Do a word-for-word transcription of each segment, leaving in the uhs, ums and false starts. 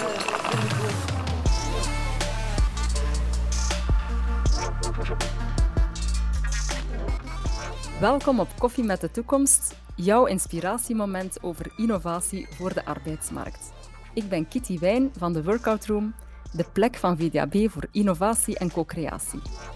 Welkom op Koffie met de Toekomst, jouw inspiratiemoment over innovatie voor de arbeidsmarkt. Ik ben Kitty Wijn van de Workout Room, de plek van V D A B voor innovatie en co-creatie.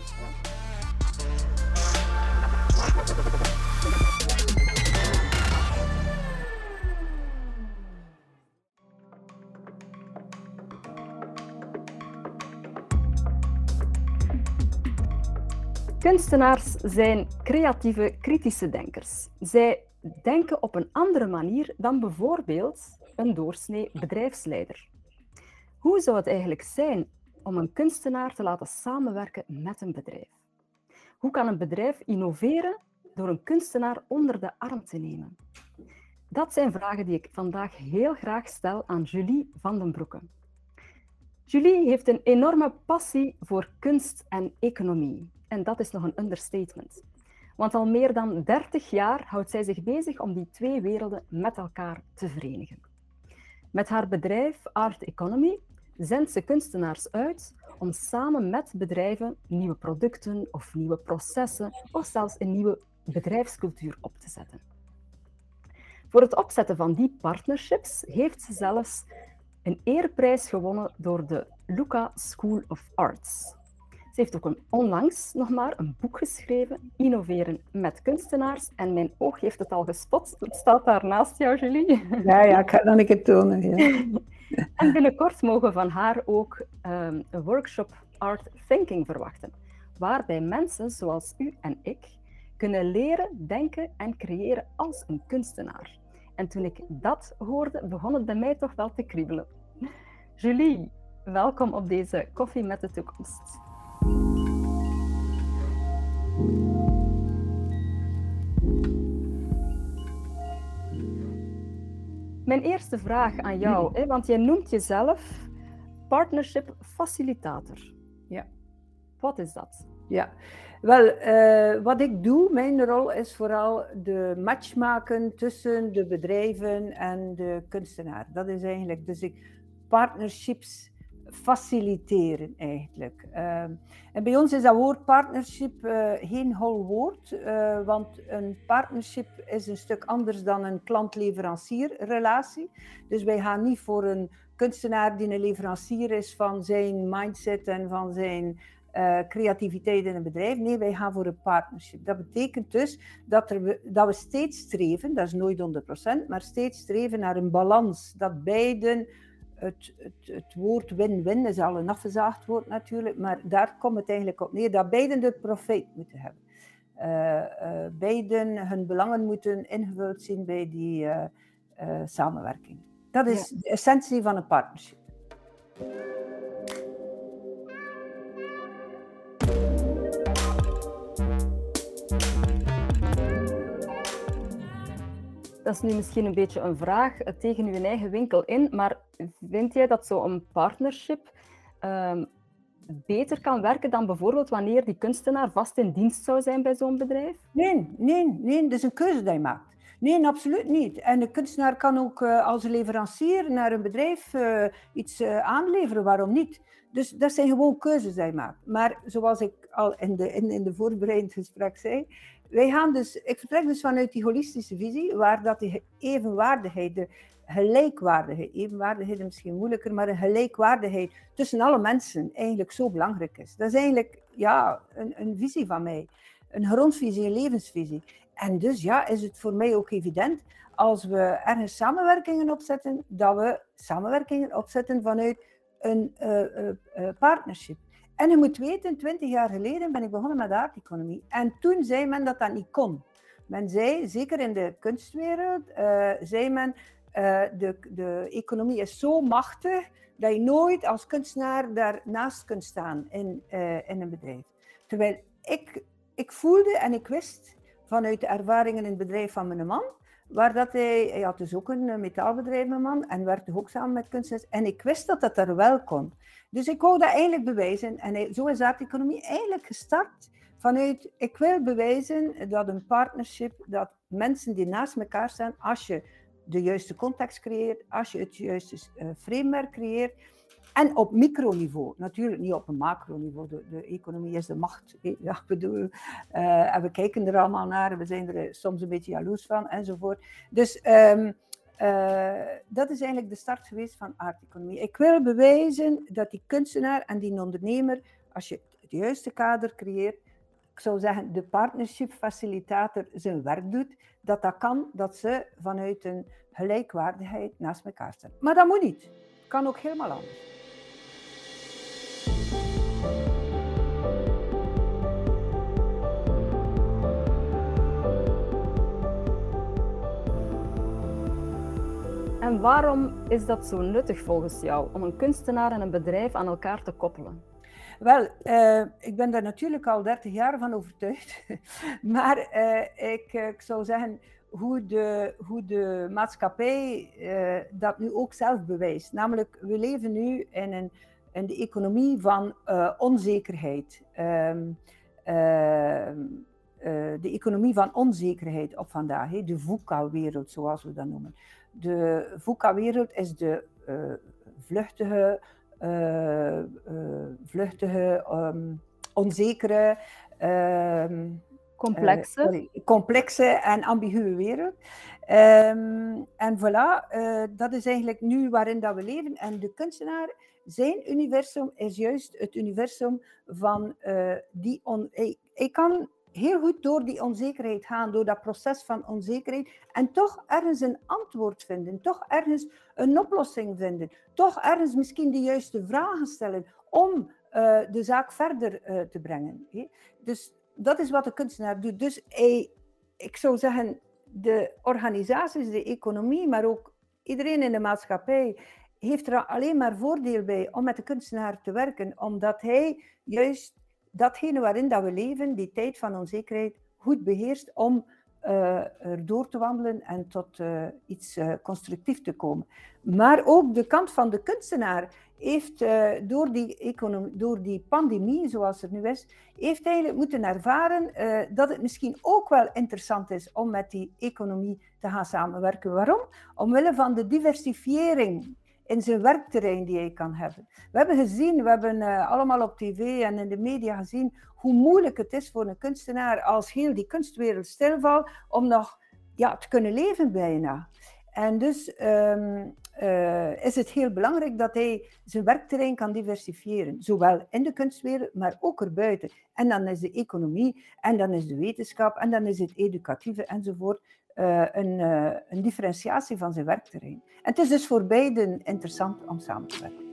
Kunstenaars zijn creatieve, kritische denkers. Zij denken op een andere manier dan bijvoorbeeld een doorsnee bedrijfsleider. Hoe zou het eigenlijk zijn om een kunstenaar te laten samenwerken met een bedrijf? Hoe kan een bedrijf innoveren door een kunstenaar onder de arm te nemen? Dat zijn vragen die ik vandaag heel graag stel aan Julie van den Broeke. Julie heeft een enorme passie voor kunst en economie. En dat is nog een understatement. Want al meer dan dertig jaar houdt zij zich bezig om die twee werelden met elkaar te verenigen. Met haar bedrijf Art Economy zendt ze kunstenaars uit om samen met bedrijven nieuwe producten of nieuwe processen of zelfs een nieuwe bedrijfscultuur op te zetten. Voor het opzetten van die partnerships heeft ze zelfs een eerprijs gewonnen door de Lucca School of Arts. Ze heeft ook een, onlangs nog maar een boek geschreven, Innoveren met kunstenaars. En mijn oog heeft het al gespot. Het staat daar naast jou, Julie. Ja, ja, ik ga het dan een keer tonen. Ja. En binnenkort mogen we van haar ook um, een workshop Art Thinking verwachten, waarbij mensen zoals u en ik kunnen leren, denken en creëren als een kunstenaar. En toen ik dat hoorde, begon het bij mij toch wel te kriebelen. Julie, welkom op deze Koffie met de Toekomst. Mijn eerste vraag aan jou, hè, want jij noemt jezelf partnership facilitator. Ja. Wat is dat? Ja, wel, uh, wat ik doe, mijn rol is vooral de match maken tussen de bedrijven en de kunstenaar. Dat is eigenlijk, dus ik partnerships faciliteren eigenlijk. Uh, en bij ons is dat woord partnership uh, geen hol woord, uh, want een partnership is een stuk anders dan een klant-leverancier relatie. Dus wij gaan niet voor een kunstenaar die een leverancier is van zijn mindset en van zijn uh, creativiteit in een bedrijf. Nee, wij gaan voor een partnership. Dat betekent dus dat, er, dat we steeds streven, dat is nooit honderd procent, maar steeds streven naar een balans, dat beiden. Het, het, het woord win-win is al een afgezaagd woord natuurlijk, maar daar komt het eigenlijk op neer dat beiden het profijt moeten hebben. Uh, uh, beiden hun belangen moeten ingevuld zien bij die uh, uh, samenwerking. Dat is ja. De essentie van een partnership. Dat is nu misschien een beetje een vraag tegen uw eigen winkel in, maar vind jij dat zo'n partnership um, beter kan werken dan bijvoorbeeld wanneer die kunstenaar vast in dienst zou zijn bij zo'n bedrijf? Nee, nee, nee, dat is een keuze die je maakt. Nee, absoluut niet. En de kunstenaar kan ook uh, als leverancier naar een bedrijf uh, iets uh, aanleveren, waarom niet? Dus dat zijn gewoon keuzes die je maakt. Maar zoals ik al in de, in, in de voorbereidend gesprek zei, wij gaan dus, ik vertrek dus vanuit die holistische visie, waar dat die evenwaardigheid, de gelijkwaardigheid, evenwaardigheid is misschien moeilijker, maar een gelijkwaardigheid tussen alle mensen eigenlijk zo belangrijk is. Dat is eigenlijk ja, een, een visie van mij, een grondvisie, een levensvisie. En dus ja, is het voor mij ook evident, als we ergens samenwerkingen opzetten, dat we samenwerkingen opzetten vanuit een uh, uh, uh, partnership. En je moet weten, twintig jaar geleden ben ik begonnen met Art Economy. En toen zei men dat dat niet kon. Men zei, zeker in de kunstwereld, uh, zei men, uh, de, de economie is zo machtig dat je nooit als kunstenaar daarnaast kunt staan in, uh, in een bedrijf. Terwijl ik, ik voelde en ik wist vanuit de ervaringen in het bedrijf van mijn man, waar dat hij, hij had dus ook een metaalbedrijf, mijn man, en werkte ook samen met kunstenaars. En ik wist dat dat er wel kon. Dus ik wou dat eigenlijk bewijzen. En hij, zo is Art Economy eigenlijk gestart vanuit, ik wil bewijzen dat een partnership, dat mensen die naast elkaar staan, als je de juiste context creëert, als je het juiste uh, framework creëert. En op microniveau, natuurlijk niet op een macroniveau. De, de economie is de macht. Ja, bedoel, uh, en we kijken er allemaal naar, we zijn er soms een beetje jaloers van enzovoort. Dus um, uh, dat is eigenlijk de start geweest van art-economie. Ik wil bewijzen dat die kunstenaar en die ondernemer, als je het juiste kader creëert, ik zou zeggen de partnership facilitator zijn werk doet, dat dat kan, dat ze vanuit een gelijkwaardigheid naast elkaar staan. Maar dat moet niet. Het kan ook helemaal anders. En waarom is dat zo nuttig volgens jou, om een kunstenaar en een bedrijf aan elkaar te koppelen? Wel, uh, ik ben daar natuurlijk al dertig jaar van overtuigd. Maar uh, ik, ik zou zeggen, hoe de, hoe de maatschappij uh, dat nu ook zelf bewijst. Namelijk, we leven nu in, een, in de economie van uh, onzekerheid. Um, uh, Uh, de economie van onzekerheid op vandaag, he, de VUCA-wereld zoals we dat noemen. De VUCA-wereld is de uh, vluchtige, uh, uh, vluchtige um, onzekere, uh, complexe. Uh, sorry, complexe en ambiguë wereld. Um, en voilà, uh, dat is eigenlijk nu waarin dat we leven. En de kunstenaar, zijn universum is juist het universum van uh, die... On- hij, hij kan heel goed door die onzekerheid gaan, door dat proces van onzekerheid, en toch ergens een antwoord vinden, toch ergens een oplossing vinden, toch ergens misschien de juiste vragen stellen om uh, de zaak verder uh, te brengen. He? Dus dat is wat de kunstenaar doet. Dus hij, ik zou zeggen, de organisaties, de economie, maar ook iedereen in de maatschappij heeft er alleen maar voordeel bij om met de kunstenaar te werken, omdat hij juist datgene waarin dat we leven, die tijd van onzekerheid, goed beheerst om uh, er door te wandelen en tot uh, iets uh, constructiefs te komen. Maar ook de kant van de kunstenaar heeft uh, door, die economie, door die pandemie, zoals het nu is, heeft eigenlijk moeten ervaren uh, dat het misschien ook wel interessant is om met die economie te gaan samenwerken. Waarom? Omwille van de diversifiering in zijn werkterrein die hij kan hebben. We hebben gezien, we hebben uh, allemaal op tv en in de media gezien hoe moeilijk het is voor een kunstenaar als heel die kunstwereld stilvalt om nog ja, te kunnen leven bijna. En dus um, uh, is het heel belangrijk dat hij zijn werkterrein kan diversifiëren. Zowel in de kunstwereld, maar ook erbuiten. En dan is de economie, en dan is de wetenschap, en dan is het educatieve enzovoort. Uh, een, uh, een differentiatie van zijn werkterrein. En het is dus voor beiden interessant om samen te werken.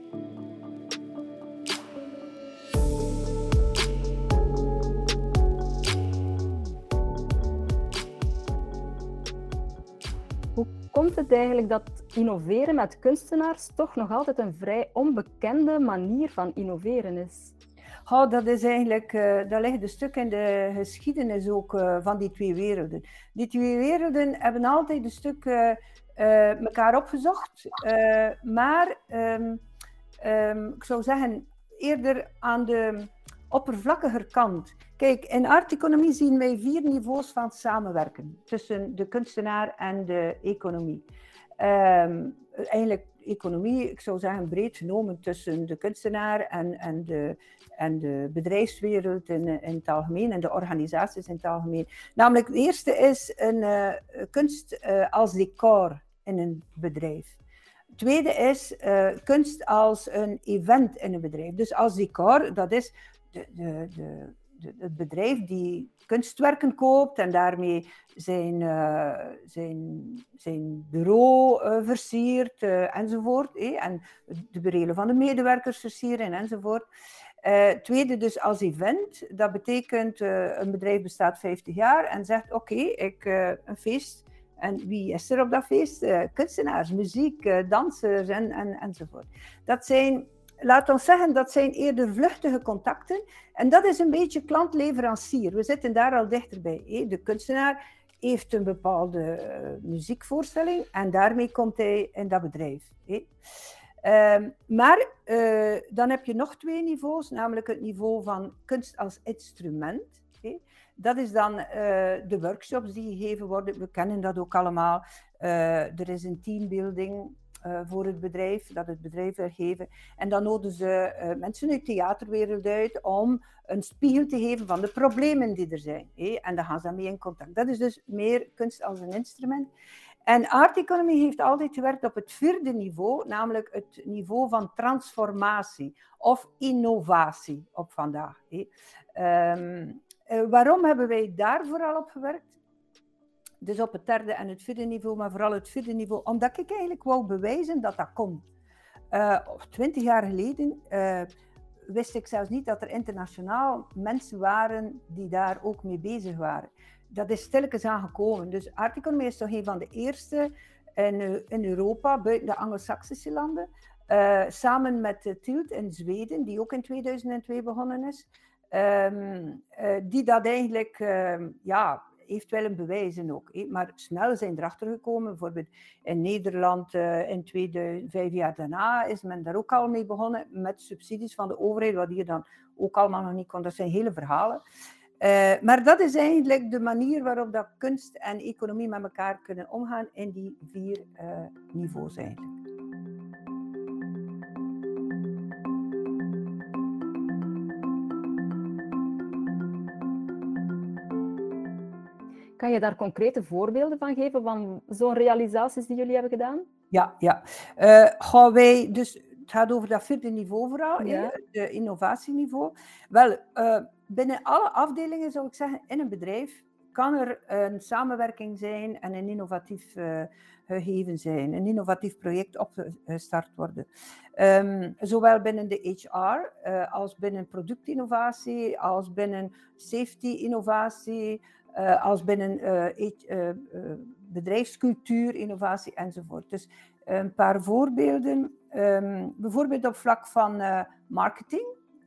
Hoe komt het eigenlijk dat innoveren met kunstenaars toch nog altijd een vrij onbekende manier van innoveren is? Oh, dat is eigenlijk, uh, dat ligt een stuk in de geschiedenis ook uh, van die twee werelden. Die twee werelden hebben altijd een stuk uh, uh, elkaar opgezocht, uh, maar um, um, ik zou zeggen eerder aan de oppervlakkiger kant. Kijk, in art-economie zien wij vier niveaus van samenwerken tussen de kunstenaar en de economie. Um, eigenlijk economie, ik zou zeggen breed genomen tussen de kunstenaar en, en, de, en de bedrijfswereld in, in het algemeen en de organisaties in het algemeen. Namelijk, het eerste is een uh, kunst uh, als decor in een bedrijf. Het tweede is uh, kunst als een event in een bedrijf. Dus als decor, dat is de, de, de, de, het bedrijf die kunstwerken koopt en daarmee zijn, uh, zijn, zijn bureau uh, versiert uh, enzovoort. Eh, en de burelen van de medewerkers versieren enzovoort. Uh, tweede dus als event, dat betekent uh, een bedrijf bestaat vijftig jaar en zegt oké, okay, ik uh, een feest. En wie is er op dat feest? Uh, kunstenaars, muziek, uh, dansers en, en, enzovoort. Dat zijn, laat ons zeggen, dat zijn eerder vluchtige contacten. En dat is een beetje klant-leverancier. We zitten daar al dichterbij. Eh? De kunstenaar heeft een bepaalde uh, muziekvoorstelling en daarmee komt hij in dat bedrijf. Eh? Uh, maar uh, dan heb je nog twee niveaus, namelijk het niveau van kunst als instrument. Eh? Dat is dan uh, de workshops die gegeven worden. We kennen dat ook allemaal. Uh, er is een teambuilding uh, voor het bedrijf, dat het bedrijf wil geven. En dan nodigen ze uh, mensen uit de theaterwereld uit om een spiegel te geven van de problemen die er zijn. Hé? En dan gaan ze daarmee in contact. Dat is dus meer kunst als een instrument. En art economy heeft altijd gewerkt op het vierde niveau, namelijk het niveau van transformatie of innovatie op vandaag. Hé? Um, uh, waarom hebben wij daar vooral op gewerkt? Dus op het derde en het vierde niveau, maar vooral het vierde niveau, omdat ik eigenlijk wou bewijzen dat dat kon. Uh, Twintig jaar geleden uh, wist ik zelfs niet dat er internationaal mensen waren die daar ook mee bezig waren. Dat is stilletjes aangekomen. Dus art economy is toch een van de eerste in, in Europa, buiten de Anglo-Saxische landen, uh, samen met uh, Tilt in Zweden, die ook in tweeduizend twee begonnen is, um, uh, die dat eigenlijk, uh, ja, heeft willen bewijzen ook. He. Maar snel zijn erachter gekomen, bijvoorbeeld in Nederland uh, in tweeduizend, vijf jaar daarna is men daar ook al mee begonnen met subsidies van de overheid, wat hier dan ook allemaal nog niet kon. Dat zijn hele verhalen. Uh, maar dat is eigenlijk de manier waarop dat kunst en economie met elkaar kunnen omgaan in die vier uh, niveaus eigenlijk. Kan je daar concrete voorbeelden van geven van zo'n realisaties die jullie hebben gedaan? Ja, ja. Uh, gaan wij dus, het gaat over dat vierde niveau vooral, ja. Het innovatieniveau. Wel, uh, binnen alle afdelingen zou ik zeggen, in een bedrijf kan er een samenwerking zijn en een innovatief uh, gegeven zijn, een innovatief project opgestart worden. Um, zowel binnen de H R uh, als binnen productinnovatie, als binnen safety-innovatie, uh, als binnen uh, uh, uh, bedrijfscultuur, innovatie enzovoort. Dus een paar voorbeelden, um, bijvoorbeeld op vlak van uh, marketing.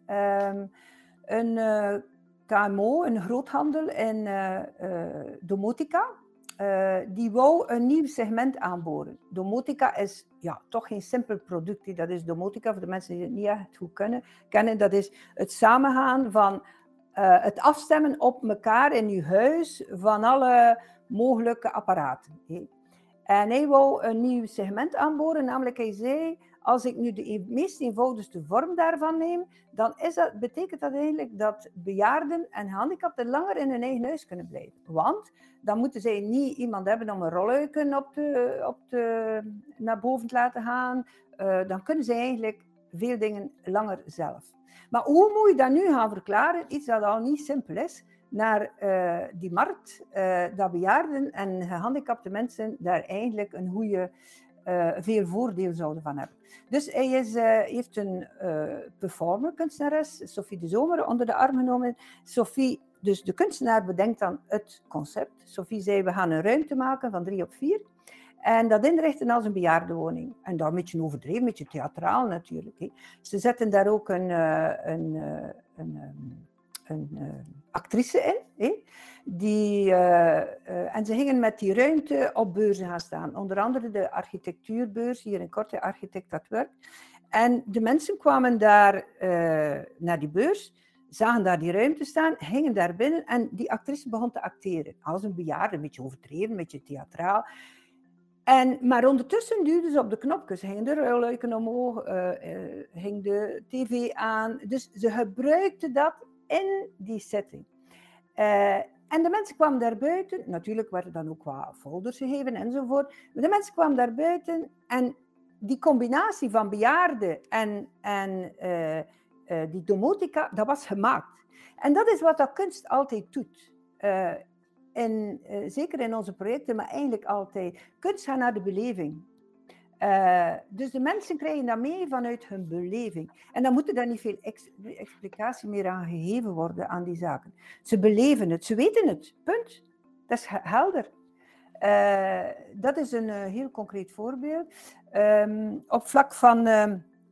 Um, een uh, K M O, een groothandel in uh, uh, domotica, uh, die wou een nieuw segment aanboren. Domotica is ja, toch geen simpel product. Dat is domotica, voor de mensen die het niet echt goed kunnen, kennen. Dat is het samengaan van uh, het afstemmen op elkaar in je huis van alle mogelijke apparaten. He. En hij wou een nieuw segment aanboren, namelijk hij zei, als ik nu de meest eenvoudigste vorm daarvan neem, dan is dat, betekent dat eigenlijk dat bejaarden en gehandicapten langer in hun eigen huis kunnen blijven. Want dan moeten zij niet iemand hebben om een rolluiken op de, op de, naar boven te laten gaan. Uh, dan kunnen zij eigenlijk veel dingen langer zelf. Maar hoe moet je dat nu gaan verklaren? Iets dat al niet simpel is. Naar uh, die markt, uh, dat bejaarden en gehandicapte mensen daar eigenlijk een goede, uh, veel voordeel zouden van hebben. Dus hij is, uh, heeft een uh, performer, kunstenares, Sophie de Zomer, onder de arm genomen. Sophie, dus de kunstenaar bedenkt dan het concept. Sophie zei, we gaan een ruimte maken van drie op vier. En dat inrichten als een bejaardenwoning. En dat een beetje overdreven, een beetje theatraal natuurlijk. He. Ze zetten daar ook een... Uh, een, uh, een um, een uh, actrice in. Hè, die, uh, uh, en ze gingen met die ruimte op beurzen gaan staan. Onder andere de architectuurbeurs, hier in Korte, Architect at Work. En de mensen kwamen daar uh, naar die beurs, zagen daar die ruimte staan, gingen daar binnen en die actrice begon te acteren. Als een bejaarde, een beetje overdreven, een beetje theatraal. En, maar ondertussen duwden ze op de knopjes, gingen de ruilluiken omhoog, uh, uh, ging de tv aan. Dus ze gebruikten dat in die setting. Uh, en de mensen kwamen daar buiten, natuurlijk werden dan ook wat folders gegeven enzovoort, maar de mensen kwamen daar buiten en die combinatie van bejaarden en, en uh, uh, die domotica, dat was gemaakt. En dat is wat dat kunst altijd doet. Uh, en, uh, zeker in onze projecten, maar eigenlijk altijd. Kunst gaat naar de beleving. Uh, dus de mensen krijgen dat mee vanuit hun beleving. En dan moet er dan niet veel ex- explicatie meer aan gegeven worden aan die zaken. Ze beleven het, ze weten het, punt. Dat is helder. Uh, dat is een uh, heel concreet voorbeeld. Um, op vlak van uh,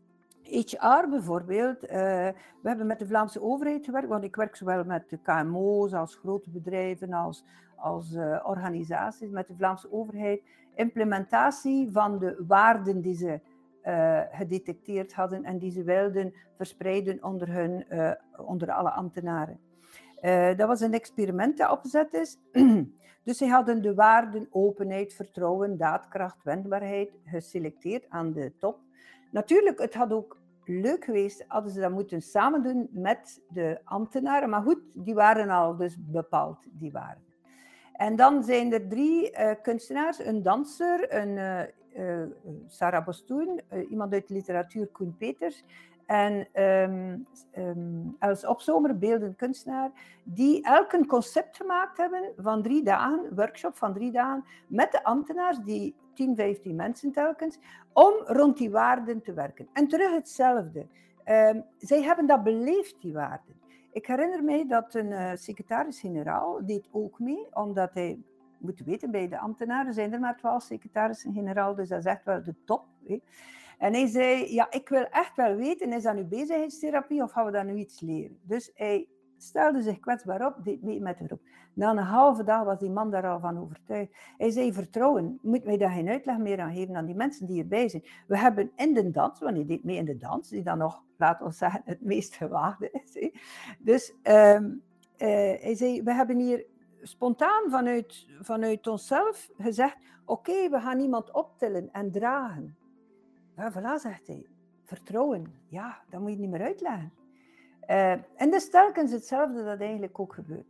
H R bijvoorbeeld, uh, we hebben met de Vlaamse overheid gewerkt, want ik werk zowel met de K M O's als grote bedrijven, als, als uh, organisaties, met de Vlaamse overheid. Implementatie van de waarden die ze uh, gedetecteerd hadden en die ze wilden verspreiden onder, hun, uh, onder alle ambtenaren. Uh, dat was een experiment dat opgezet is. Dus zij hadden de waarden openheid, vertrouwen, daadkracht, wendbaarheid geselecteerd aan de top. Natuurlijk, het had ook leuk geweest, hadden ze dat moeten samen doen met de ambtenaren. Maar goed, die waren al dus bepaald, die waarden. En dan zijn er drie uh, kunstenaars, een danser, een uh, uh, Sarah Bostoen, uh, iemand uit de literatuur, Koen Peters, en um, um, Els Opzomer, beeldend kunstenaar, die elk een concept gemaakt hebben van drie dagen, een workshop van drie dagen, met de ambtenaars, die tien, vijftien mensen telkens, om rond die waarden te werken. En terug hetzelfde. Um, zij hebben dat beleefd, die waarden. Ik herinner mij dat een uh, secretaris-generaal deed ook mee, omdat hij, moet weten, bij de ambtenaren zijn er maar twaalf secretarissen-generaal, dus dat is echt wel de top. Hè. En hij zei, ja, ik wil echt wel weten, is dat nu bezigheidstherapie of gaan we daar nu iets leren? Dus hij stelde zich kwetsbaar op, deed mee met de groep. Na een halve dag was die man daar al van overtuigd. Hij zei, vertrouwen, moet mij daar geen uitleg meer aan geven aan die mensen die erbij zijn. We hebben in de dans, want hij deed mee in de dans, die dan nog, laten we zeggen, het meest gewaagde is. Hè. Dus um, uh, hij zei, we hebben hier spontaan vanuit, vanuit onszelf gezegd, oké, okay, we gaan iemand optillen en dragen. Ja, voilà, zegt hij. Vertrouwen, ja, dat moet je niet meer uitleggen. Uh, en dat is telkens hetzelfde dat eigenlijk ook gebeurt.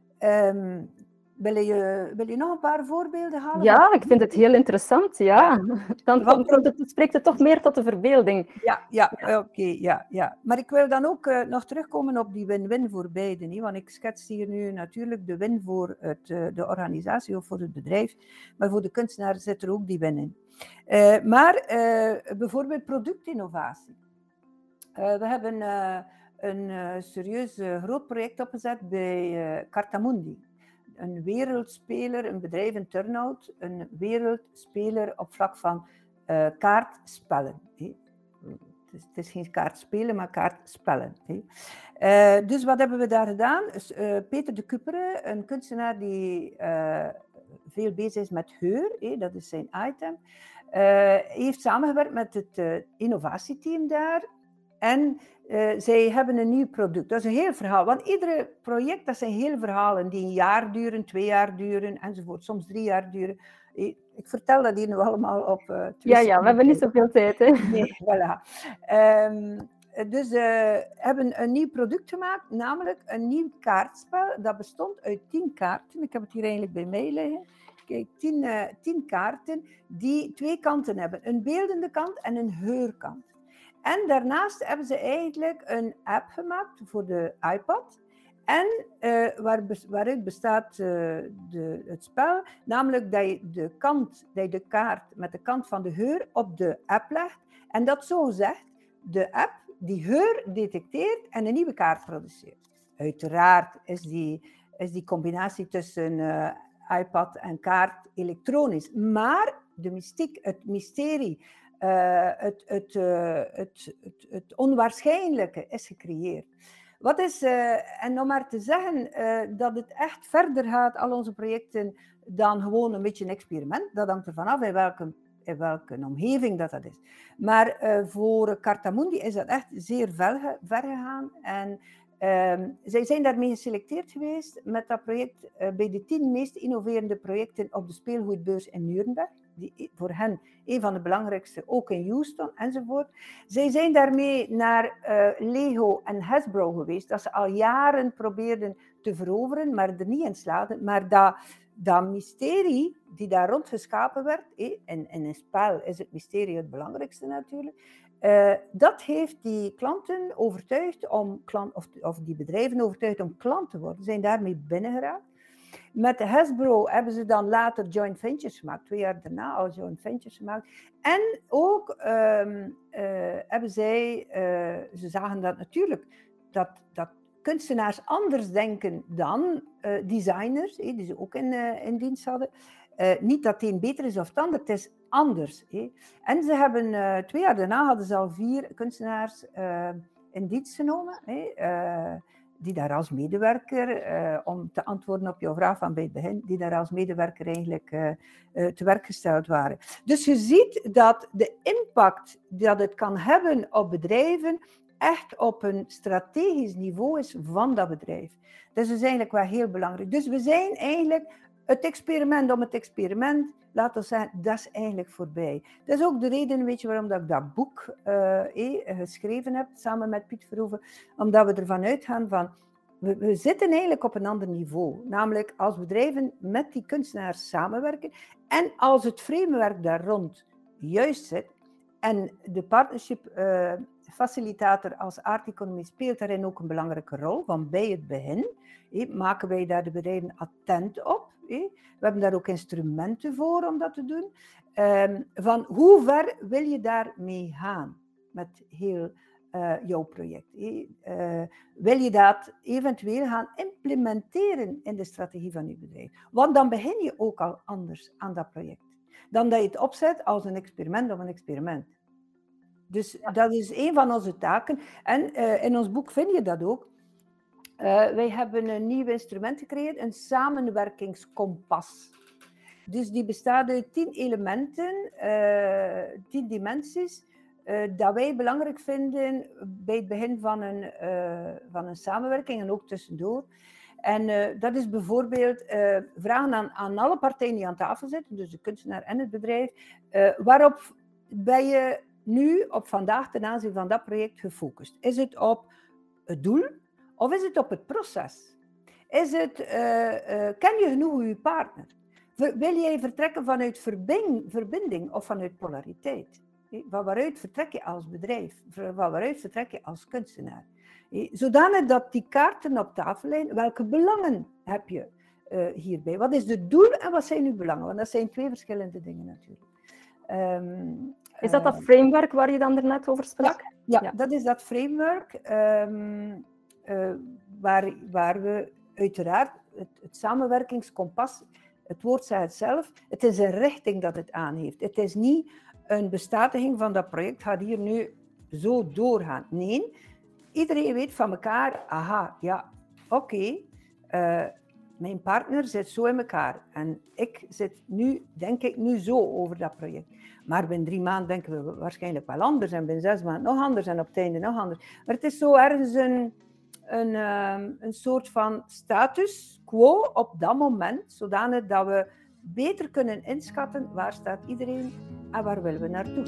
Um, wil, je, wil je nog een paar voorbeelden halen? Ja, ik vind het heel interessant, ja. ja. Dan komt het, het spreekt het toch meer tot de verbeelding. Ja, ja, ja. oké, okay, ja, ja. Maar ik wil dan ook uh, nog terugkomen op die win-win voor beiden. Hè? Want ik schets hier nu natuurlijk de win voor het, uh, de organisatie of voor het bedrijf. Maar voor de kunstenaar zit er ook die win in. Uh, maar uh, bijvoorbeeld productinnovatie. Uh, we hebben uh, een uh, serieus uh, groot project opgezet bij uh, Cartamundi. Een wereldspeler, een bedrijf in Turnhout, een wereldspeler op vlak van uh, kaartspellen. Hè. Het, is, het is geen kaartspelen, maar kaartspellen. Hè. Uh, dus wat hebben we daar gedaan? Dus, uh, Peter de Kupere, een kunstenaar die uh, veel bezig is met geur, hè, dat is zijn item, uh, heeft samengewerkt met het uh, innovatieteam daar. En uh, zij hebben een nieuw product. Dat is een heel verhaal. Want ieder project, dat zijn hele verhalen die een jaar duren, twee jaar duren, enzovoort. Soms drie jaar duren. Ik, ik vertel dat hier nu allemaal op uh, Ja, ja, we hebben niet zoveel tijd. Hè? Nee, voilà. Um, dus we uh, hebben een nieuw product gemaakt, namelijk een nieuw kaartspel. Dat bestond uit tien kaarten. Ik heb het hier eigenlijk bij mij liggen. Kijk, tien, uh, tien kaarten die twee kanten hebben. Een beeldende kant en een geurkant. En daarnaast hebben ze eigenlijk een app gemaakt voor de iPad. En uh, waar, waaruit bestaat uh, de, het spel, namelijk dat je, de kant, dat je de kaart met de kant van de geur op de app legt. En dat zo zegt, de app die geur detecteert en een nieuwe kaart produceert. Uiteraard is die, is die combinatie tussen uh, iPad en kaart elektronisch. Maar de mystiek, het mysterie... Uh, het, het, uh, het, het, het onwaarschijnlijke is gecreëerd. Wat is, uh, en om maar te zeggen uh, dat het echt verder gaat, al onze projecten, dan gewoon een beetje een experiment. Dat hangt ervan af in welke, in welke omgeving dat, dat is. Maar uh, voor Cartamundi is dat echt zeer ver, ver gegaan. En uh, zij zijn daarmee geselecteerd geweest met dat project uh, bij de tien meest innoverende projecten op de speelgoedbeurs in Nuremberg. Die voor hen een van de belangrijkste, ook in Houston enzovoort. Zij zijn daarmee naar uh, Lego en Hasbro geweest, dat ze al jaren probeerden te veroveren, maar er niet in slaagden. Maar dat, dat mysterie die daar rond geschapen werd, eh, en in een spel is het mysterie het belangrijkste natuurlijk, uh, dat heeft die klanten overtuigd om, klant, of, of die bedrijven overtuigd om klant te worden, zijn daarmee binnengeraakt. Met Hasbro hebben ze dan later joint ventures gemaakt, twee jaar daarna al joint ventures gemaakt. En ook um, uh, hebben zij, uh, ze zagen dat natuurlijk, dat, dat kunstenaars anders denken dan uh, designers, eh, die ze ook in, uh, in dienst hadden. Uh, niet dat een beter is of het ander, het is anders. Eh. En ze hebben, uh, twee jaar daarna hadden ze al vier kunstenaars uh, in dienst genomen. Eh, uh, die daar als medewerker, uh, om te antwoorden op jouw vraag van bij het begin, die daar als medewerker eigenlijk uh, uh, te werk gesteld waren. Dus je ziet dat de impact dat het kan hebben op bedrijven echt op een strategisch niveau is van dat bedrijf. Dat is dus eigenlijk wel heel belangrijk. Dus we zijn eigenlijk het experiment om het experiment, laten we zeggen, dat is eigenlijk voorbij. Dat is ook de reden, weet je, waarom dat ik dat boek uh, eh, geschreven heb, samen met Piet Verhoeven, omdat we ervan uitgaan van, we, we zitten eigenlijk op een ander niveau. Namelijk als bedrijven met die kunstenaars samenwerken en als het framework daar rond juist zit en de partnership uh, facilitator als Art Economy speelt daarin ook een belangrijke rol, van bij het begin eh, maken wij daar de bedrijven attent op. Eh. We hebben daar ook instrumenten voor om dat te doen. Um, van hoe ver wil je daarmee gaan met heel uh, jouw project? Eh. Uh, wil je dat eventueel gaan implementeren in de strategie van je bedrijf? Want dan begin je ook al anders aan dat project. Dan dat je het opzet als een experiment of een experiment. Dus ja. Dat is een van onze taken. En uh, in ons boek vind je dat ook. Uh, wij hebben een nieuw instrument gecreëerd, een samenwerkingskompas. Dus die bestaat uit tien elementen, uh, tien dimensies, uh, dat wij belangrijk vinden bij het begin van een, uh, van een samenwerking en ook tussendoor. En uh, dat is bijvoorbeeld uh, vragen aan, aan alle partijen die aan tafel zitten, dus de kunstenaar en het bedrijf, uh, waarop ben je nu op vandaag ten aanzien van dat project gefocust? Is het op het doel of is het op het proces? Is het, uh, uh, ken je genoeg je partner? Wil jij vertrekken vanuit verbinding, verbinding of vanuit polariteit? Van waaruit vertrek je als bedrijf? Van waaruit vertrek je als kunstenaar? Zodanig dat die kaarten op tafel liggen, welke belangen heb je uh, hierbij? Wat is het doel en wat zijn uw belangen? Want dat zijn twee verschillende dingen natuurlijk. Um, is dat dat framework waar je dan net over sprak? Ja, ja, ja. Dat is dat framework um, uh, waar, waar we uiteraard het, het samenwerkingskompas, het woord zegt het zelf, het is een richting dat het aan heeft. Het is niet een bestatiging van dat project, gaat hier nu zo doorgaan. Nee, iedereen weet van elkaar, aha, ja, oké, okay, uh, mijn partner zit zo in elkaar en ik zit nu, denk ik nu zo over dat project. Maar binnen drie maanden denken we waarschijnlijk wel anders en binnen zes maanden nog anders en op het einde nog anders. Maar het is zo ergens een, een, um, een soort van status quo op dat moment, zodanig dat we beter kunnen inschatten waar staat iedereen en waar willen we naartoe.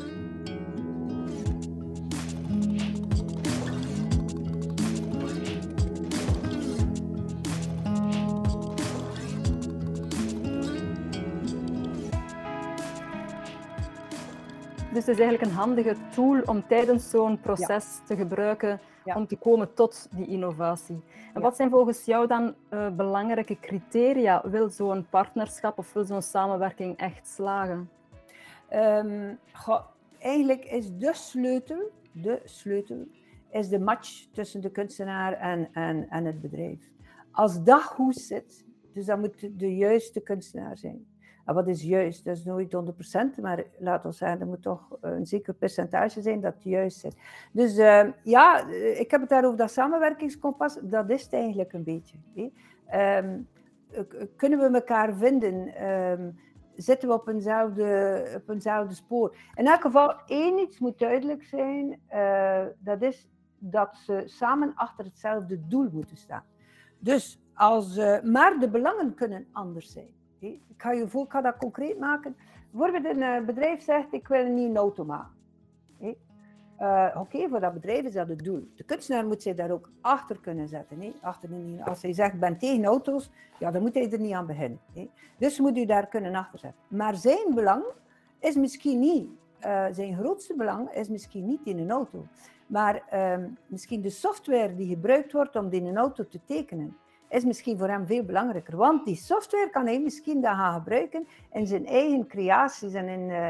Dus het is eigenlijk een handige tool om tijdens zo'n proces ja. te gebruiken ja. om te komen tot die innovatie. En ja. wat zijn volgens jou dan uh, belangrijke criteria? Wil zo'n partnerschap of wil zo'n samenwerking echt slagen? Um, goh, eigenlijk is de sleutel, de sleutel is de match tussen de kunstenaar en, en, en het bedrijf. Als dat goed zit, dus dat moet de juiste kunstenaar zijn. En wat is juist? Dat is nooit honderd procent, maar laten we zeggen, er moet toch een zeker percentage zijn dat juist zit. Dus uh, ja, ik heb het daar over dat samenwerkingskompas, dat is het eigenlijk een beetje. Hè. Um, kunnen we elkaar vinden? Um, zitten we op eenzelfde, op eenzelfde spoor? In elk geval, één iets moet duidelijk zijn, uh, dat is dat ze samen achter hetzelfde doel moeten staan. Dus als, uh, maar de belangen kunnen anders zijn. Ik ga, je voor, ik ga dat concreet maken. Bijvoorbeeld een bedrijf zegt, ik wil een nieuwe auto maken. Uh, Oké, okay, voor dat bedrijf is dat het doel. De kunstenaar moet zich daar ook achter kunnen zetten. He? Achter een, als hij zegt, ik ben tegen auto's, ja, dan moet hij er niet aan beginnen. He? Dus moet u daar kunnen achter zetten. Maar zijn belang is misschien niet, uh, zijn grootste belang is misschien niet in een auto. Maar uh, misschien de software die gebruikt wordt om in een auto te tekenen, is misschien voor hem veel belangrijker. Want die software kan hij misschien dan gaan gebruiken in zijn eigen creaties en in, uh, uh,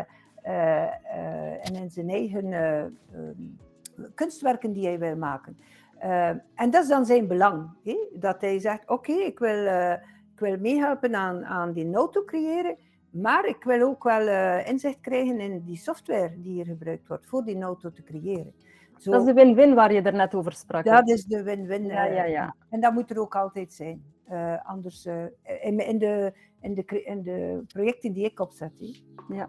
uh, en in zijn eigen uh, uh, kunstwerken die hij wil maken. Uh, en dat is dan zijn belang. He? Dat hij zegt, oké, okay, ik, uh, ik wil meehelpen aan, aan die auto creëren, maar ik wil ook wel uh, inzicht krijgen in die software die hier gebruikt wordt voor die auto te creëren. Zo, dat is de win-win waar je er net over sprak. Dat is de win-win. Ja, ja, ja. En dat moet er ook altijd zijn. Uh, anders, uh, in, in, de, in, de, in de projecten die ik opzet. He. Ja.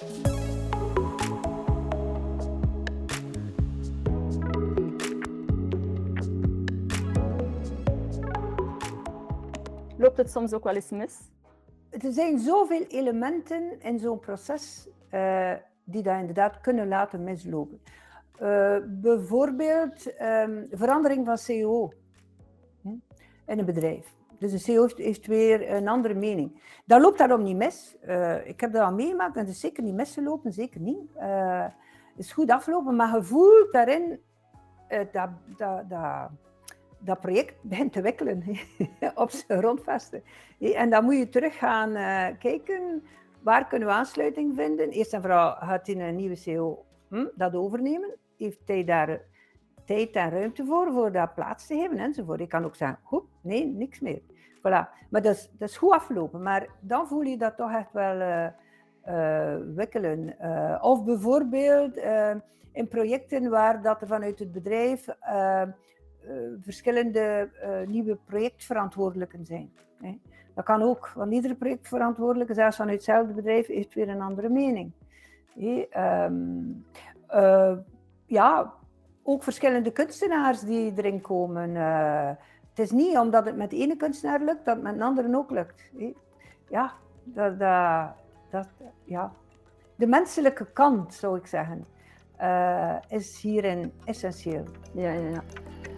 Loopt het soms ook wel eens mis? Er zijn zoveel elementen in zo'n proces uh, die dat inderdaad kunnen laten mislopen. Uh, bijvoorbeeld um, verandering van C O hm, in een bedrijf. Dus een C O heeft, heeft weer een andere mening. Dat loopt daarom niet mis. Uh, ik heb dat al meegemaakt en het is zeker niet misgelopen, zeker niet. Uh, het is goed afgelopen, maar je voelt daarin uh, dat, dat, dat, dat project begint te wikkelen op zijn grondvesten. En dan moet je terug gaan uh, kijken, waar kunnen we aansluiting vinden. Eerst en vooral gaat hij een nieuwe C O hm, dat overnemen. Heeft hij daar tijd en ruimte voor, voor dat plaats te geven enzovoort. Ik kan ook zeggen, goed, nee, niks meer. Voilà. Maar dat is, dat is goed afgelopen. Maar dan voel je dat toch echt wel uh, uh, wikkelen. Uh, of bijvoorbeeld uh, in projecten waar dat er vanuit het bedrijf uh, uh, verschillende uh, nieuwe projectverantwoordelijken zijn. Hè. Dat kan ook, want iedere projectverantwoordelijke, zelfs vanuit hetzelfde bedrijf, heeft weer een andere mening. Hè. Um, uh, ja, ook verschillende kunstenaars die erin komen. Uh, het is niet omdat het met de ene kunstenaar lukt, dat het met een andere ook lukt. Hè. Ja, dat, dat, dat, ja, de menselijke kant, zou ik zeggen, uh, is hierin essentieel. Ja, ja, ja.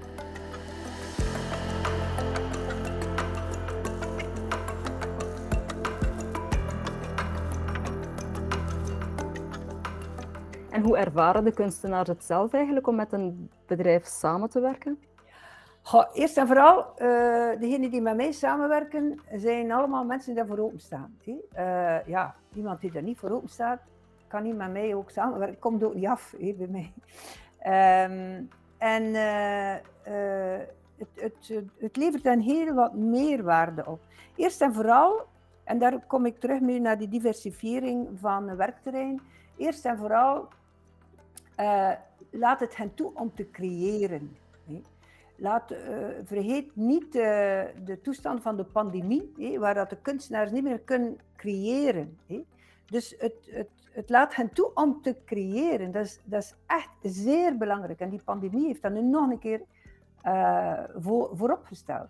En hoe ervaren de kunstenaars het zelf eigenlijk om met een bedrijf samen te werken? Goh, eerst en vooral, uh, degenen die met mij samenwerken, zijn allemaal mensen die daarvoor openstaan. Uh, ja, iemand die er niet voor open staat, kan niet met mij ook samenwerken. Komt ook niet af he, bij mij. Um, en uh, uh, het, het, het levert dan heel wat meerwaarde op. Eerst en vooral, en daar kom ik terug nu naar die diversifiering van een werkterrein. Eerst en vooral, uh, laat het hen toe om te creëren. He. Laat, uh, vergeet niet uh, de toestand van de pandemie, he, waar dat de kunstenaars niet meer kunnen creëren. He. Dus het, het, het laat hen toe om te creëren. Dat is, dat is echt zeer belangrijk. En die pandemie heeft dat nu nog een keer uh, voor, vooropgesteld.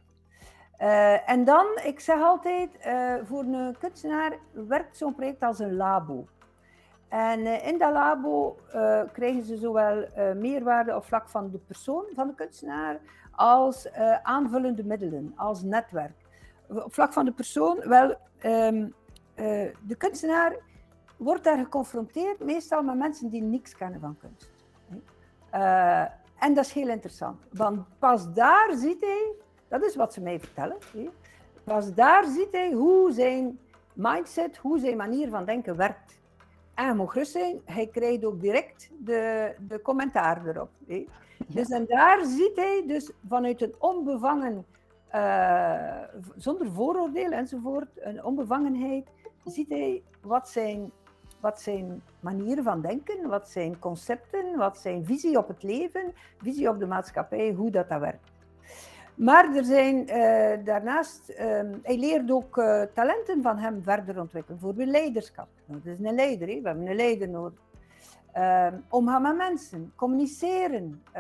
Uh, en dan, ik zeg altijd, uh, voor een kunstenaar werkt zo'n project als een labo. En uh, in dat labo uh, krijgen ze zowel uh, meerwaarde op vlak van de persoon van de kunstenaar, als uh, aanvullende middelen, als netwerk. Op vlak van de persoon, wel, um, uh, de kunstenaar wordt daar geconfronteerd meestal met mensen die niks kennen van kunst. Uh, en dat is heel interessant, want pas daar ziet hij, dat is wat ze mij vertellen, he, pas daar ziet hij hoe zijn mindset, hoe zijn manier van denken werkt. En je mag gerust zijn, hij krijgt ook direct de, de commentaar erop. He. Dus en daar ziet hij dus vanuit een onbevangen, uh, zonder vooroordelen enzovoort, een onbevangenheid, ziet hij wat zijn, wat zijn manieren van denken, wat zijn concepten, wat zijn visie op het leven, visie op de maatschappij, hoe dat, dat werkt. Maar er zijn uh, daarnaast, uh, hij leert ook uh, talenten van hem verder ontwikkelen, bijvoorbeeld leiderschap. Dat is een leider, he. We hebben een leider nodig. Uh, omgaan met mensen, communiceren uh,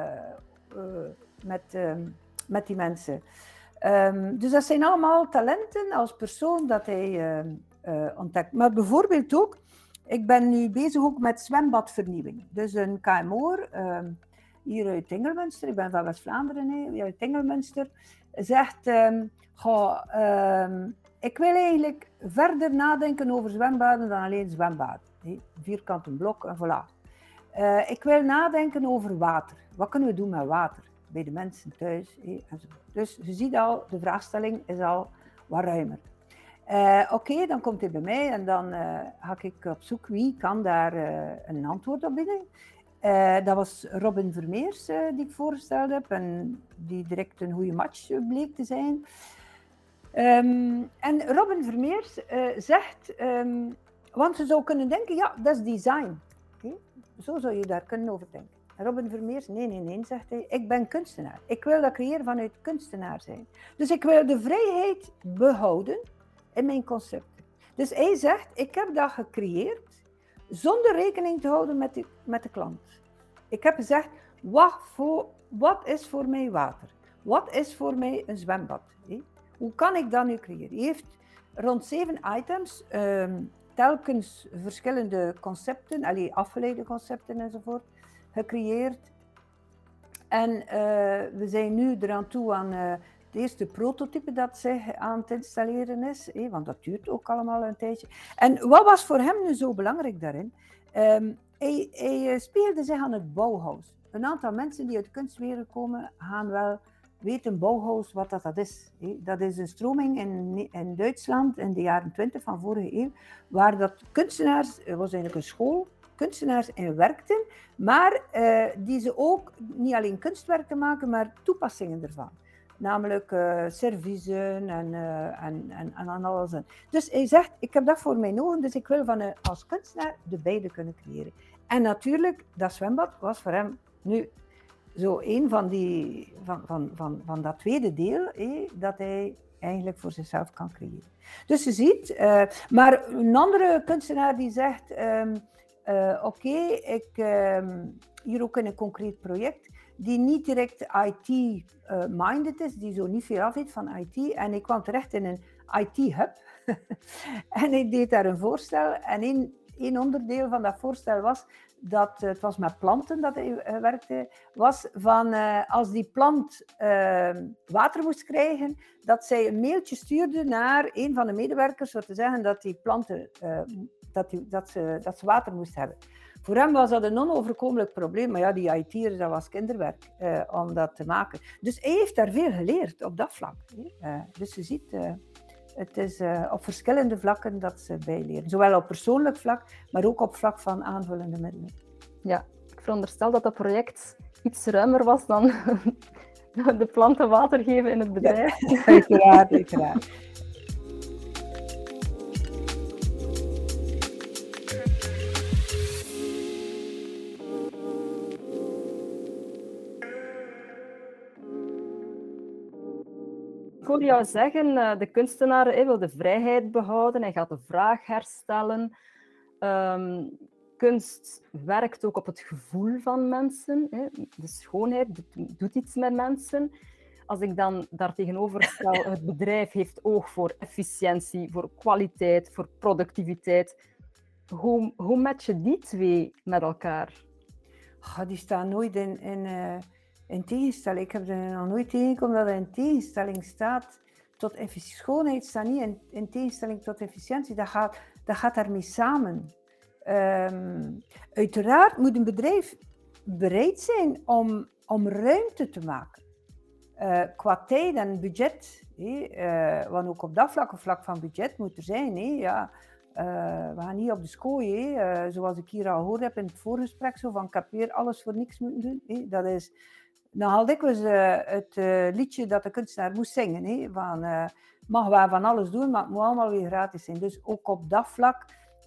uh, met, uh, met die mensen. Um, dus dat zijn allemaal talenten als persoon dat hij uh, uh, ontdekt. Maar bijvoorbeeld ook, ik ben nu bezig ook met zwembadvernieuwing. Dus een K M O'er, uh, hier uit Tingelmünster, ik ben van West-Vlaanderen, hier uit Tingelmünster, zegt, um, goh, um, ik wil eigenlijk verder nadenken over zwembaden dan alleen zwembaden. He, vierkante blok en voilà. Uh, ik wil nadenken over water. Wat kunnen we doen met water? Bij de mensen thuis. He, enzovoort. Dus je ziet al, de vraagstelling is al wat ruimer. Uh, Oké, okay, dan komt hij bij mij en dan uh, ga ik op zoek wie kan daar uh, een antwoord op bieden. Uh, dat was Robin Vermeers uh, die ik voorgesteld heb en die direct een goede match uh, bleek te zijn. Um, en Robin Vermeers uh, zegt, um, want je zou kunnen denken, ja, dat is design. Okay? Zo zou je daar kunnen over denken. En Robin Vermeers, nee, nee, nee, zegt hij, ik ben kunstenaar. Ik wil dat creëren vanuit kunstenaar zijn. Dus ik wil de vrijheid behouden in mijn concepten. Dus hij zegt, ik heb dat gecreëerd zonder rekening te houden met de, met de klant. Ik heb gezegd, wat, voor, wat is voor mij water? Wat is voor mij een zwembad? Hé? Hoe kan ik dat nu creëren? Hij heeft rond zeven items, um, telkens verschillende concepten, allee, afgeleide concepten enzovoort, gecreëerd. En uh, we zijn nu eraan toe aan uh, het eerste prototype dat zich aan het installeren is, hé, want dat duurt ook allemaal een tijdje. En wat was voor hem nu zo belangrijk daarin? Um, hij, hij speelde zich aan het Bauhaus. Een aantal mensen die uit de kunstwereld komen, gaan wel weten Bauhaus wat dat, dat is. Hé. Dat is een stroming in, in Duitsland in de jaren twintig van vorige eeuw, waar dat kunstenaars, het was eigenlijk een school, kunstenaars in werkten, maar uh, die ze ook niet alleen kunstwerken maken, maar toepassingen ervan. Namelijk uh, serviezen en, uh, en, en, en alles. Dus hij zegt, ik heb dat voor mijn ogen, dus ik wil van, uh, als kunstenaar de beide kunnen creëren. En natuurlijk, dat zwembad was voor hem nu zo een van, die, van, van, van, van dat tweede deel, hé, dat hij eigenlijk voor zichzelf kan creëren. Dus je ziet, uh, maar een andere kunstenaar die zegt, um, uh, oké, okay, ik um, hier ook in een concreet project, die niet direct I T-minded uh, is, die zo niet veel af weet van I T. En ik kwam terecht in een I T-hub. En ik deed daar een voorstel. En één, één onderdeel van dat voorstel was, dat uh, het was met planten dat hij uh, werkte, was van uh, als die plant uh, water moest krijgen, dat zij een mailtje stuurde naar een van de medewerkers, om te zeggen dat die planten, uh, dat, die, dat, ze, dat ze water moest hebben. Voor hem was dat een onoverkomelijk probleem, maar ja, die I T'ers, dat was kinderwerk uh, om dat te maken. Dus hij heeft daar veel geleerd op dat vlak. Uh, dus je ziet, uh, het is uh, op verschillende vlakken dat ze bijleren. Zowel op persoonlijk vlak, maar ook op vlak van aanvullende middelen. Ja, ik veronderstel dat dat project iets ruimer was dan de planten water geven in het bedrijf. Ja, uiteraard, uiteraard. Ik hoor jou zeggen, de kunstenaar wil de vrijheid behouden, hij gaat de vraag herstellen. Um, kunst werkt ook op het gevoel van mensen. Hè. De schoonheid doet iets met mensen. Als ik dan daartegenover stel, het bedrijf heeft oog voor efficiëntie, voor kwaliteit, voor productiviteit. Hoe, hoe match je die twee met elkaar? Oh, die staan nooit in... in uh... in tegenstelling, ik heb er nog nooit tegengekomen dat er in tegenstelling staat tot efficiëntie. Schoonheid staat niet in, in tegenstelling tot efficiëntie, dat gaat, dat gaat daarmee samen. Um, uiteraard moet een bedrijf bereid zijn om, om ruimte te maken. Uh, qua tijd en budget, hé, uh, want ook op dat vlak, op vlak van budget moet er zijn. Hé, ja. Uh, we gaan niet op de skooi, uh, zoals ik hier al gehoord heb in het voorgesprek, zo van ik heb weer alles voor niks moeten doen. Hé. Dat is... Dan had ik dus uh, het uh, liedje dat de kunstenaar moest zingen. Hè, van, uh, mag wel van alles doen, maar het moet allemaal weer gratis zijn. Dus ook op dat vlak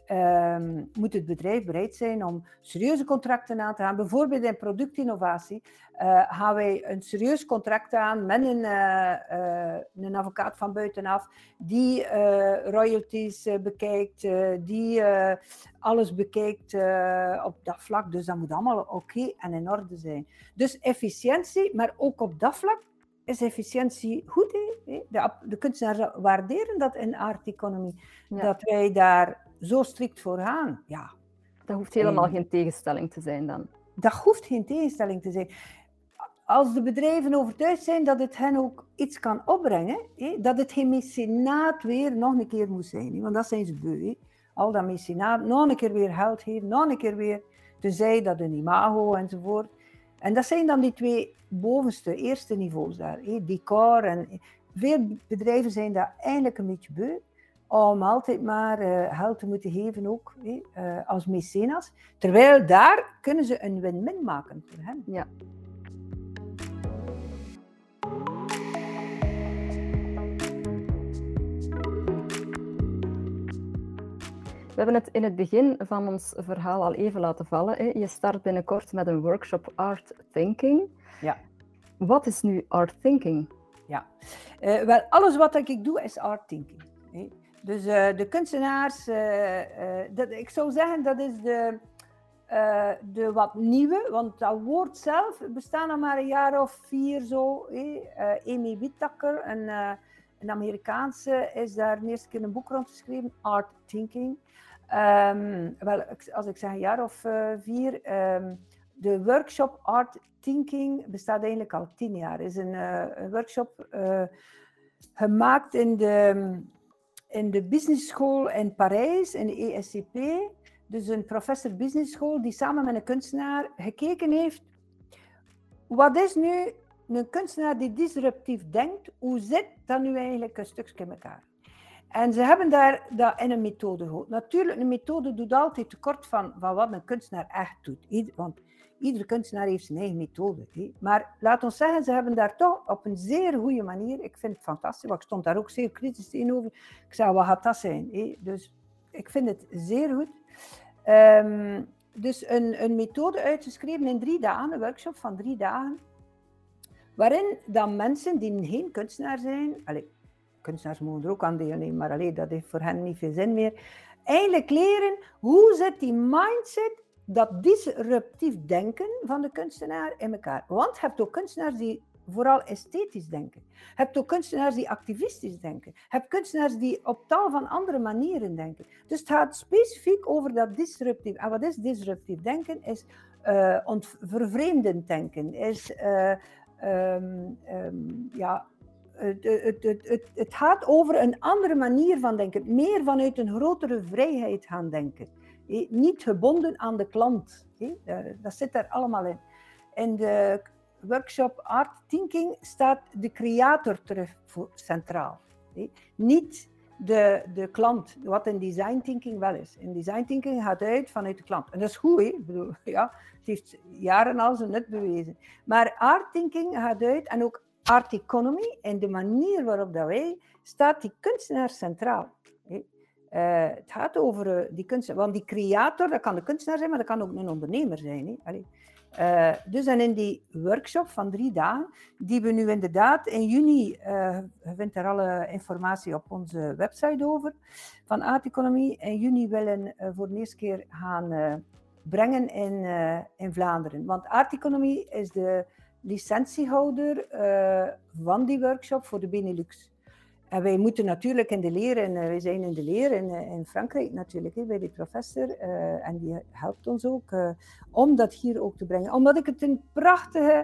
um, moet het bedrijf bereid zijn om serieuze contracten aan te gaan. Bijvoorbeeld in productinnovatie uh, gaan wij een serieus contract aan met een, uh, uh, een advocaat van buitenaf die uh, royalties uh, bekijkt, uh, die uh, alles bekijkt uh, op dat vlak. Dus dat moet allemaal oké okay en in orde zijn. Dus efficiëntie, maar ook op dat vlak is efficiëntie goed. Hè? De, de kunstenaars waarderen dat in art economy. Ja. Dat wij daar zo strikt voor gaan. Ja. Dat hoeft helemaal en, geen tegenstelling te zijn dan. Dat hoeft geen tegenstelling te zijn. Als de bedrijven overtuigd zijn dat het hen ook iets kan opbrengen, hè? Dat het geen mecenaat weer nog een keer moet zijn. Hè? Want dat zijn ze beu. Hè? Al dat mecenaat, nog een keer weer geld geven, nog een keer weer, tenzij dat een imago enzovoort. En dat zijn dan die twee bovenste, eerste niveaus daar. Hè? Decor en... Veel bedrijven zijn daar eigenlijk een beetje beu om altijd maar uh, geld te moeten geven ook, hè? Uh, als mecenas. Terwijl daar kunnen ze een win-win maken voor hen. Ja. We hebben het in het begin van ons verhaal al even laten vallen. Hè. Je start binnenkort met een workshop Art Thinking. Ja. Wat is nu Art Thinking? Ja, uh, wel, alles wat ik doe is Art Thinking. Hè. Dus uh, de kunstenaars, uh, uh, dat, ik zou zeggen dat is de, uh, de wat nieuwe, want dat woord zelf bestaat nog maar een jaar of vier zo. Eh? Uh, Amy Whittaker, een, uh, een Amerikaanse, is daar de eerste keer een boek rond geschreven, Art Thinking. Um, wel, als ik zeg een jaar of uh, vier, um, de workshop Art Thinking bestaat eigenlijk al tien jaar. Het is een, uh, een workshop uh, gemaakt in de... in de business school in Parijs, in de E S C P, dus een professor business school die samen met een kunstenaar gekeken heeft, wat is nu een kunstenaar die disruptief denkt, hoe zit dat nu eigenlijk een stukje in elkaar? En ze hebben daar dat in een methode gehoord. Natuurlijk, een methode doet altijd tekort van, van wat een kunstenaar echt doet. Ieder, want iedere kunstenaar heeft zijn eigen methode. He. Maar laat ons zeggen, ze hebben daar toch op een zeer goede manier, ik vind het fantastisch, want ik stond daar ook zeer kritisch tegenover. Ik zei, wat gaat dat zijn? He. Dus ik vind het zeer goed. Um, dus een, een methode uitgeschreven in drie dagen, een workshop van drie dagen, waarin dan mensen die geen kunstenaar zijn, allez, kunstenaars mogen er ook aan deelnemen, maar allee, dat heeft voor hen niet veel zin meer. Eigenlijk leren hoe zit die mindset, dat disruptief denken van de kunstenaar in elkaar. Want je hebt ook kunstenaars die vooral esthetisch denken. Je hebt ook kunstenaars die activistisch denken. Je hebt kunstenaars die op tal van andere manieren denken. Dus het gaat specifiek over dat disruptief. En wat is disruptief denken? Is uh, vervreemdend denken. Is uh, um, um, ja... Het, het, het, het, het gaat over een andere manier van denken, meer vanuit een grotere vrijheid gaan denken. He, niet gebonden aan de klant. He, dat zit er allemaal in. In de workshop Art Thinking staat de creator terug voor, centraal. He, niet de, de klant, wat in design thinking wel is. In design thinking gaat uit vanuit de klant. En dat is goed, he. Ik bedoel, ja, het heeft jaren al zijn nut bewezen. Maar Art Thinking gaat uit, en ook Art Economy, en de manier waarop dat wij, staat die kunstenaar centraal. Uh, het gaat over uh, die kunstenaar, want die creator, dat kan de kunstenaar zijn, maar dat kan ook een ondernemer zijn. Uh, dus en in die workshop van drie dagen, die we nu inderdaad in juni, uh, je vindt daar alle informatie op onze website over, van Art Economy, in juni willen uh, voor de eerste keer gaan uh, brengen in, uh, in Vlaanderen. Want Art Economy is de licentiehouder uh, van die workshop voor de Benelux. En wij moeten natuurlijk in de leer, en uh, wij zijn in de leer in, uh, in Frankrijk natuurlijk, hè, bij die professor, uh, en die helpt ons ook uh, om dat hier ook te brengen. Omdat ik het een prachtige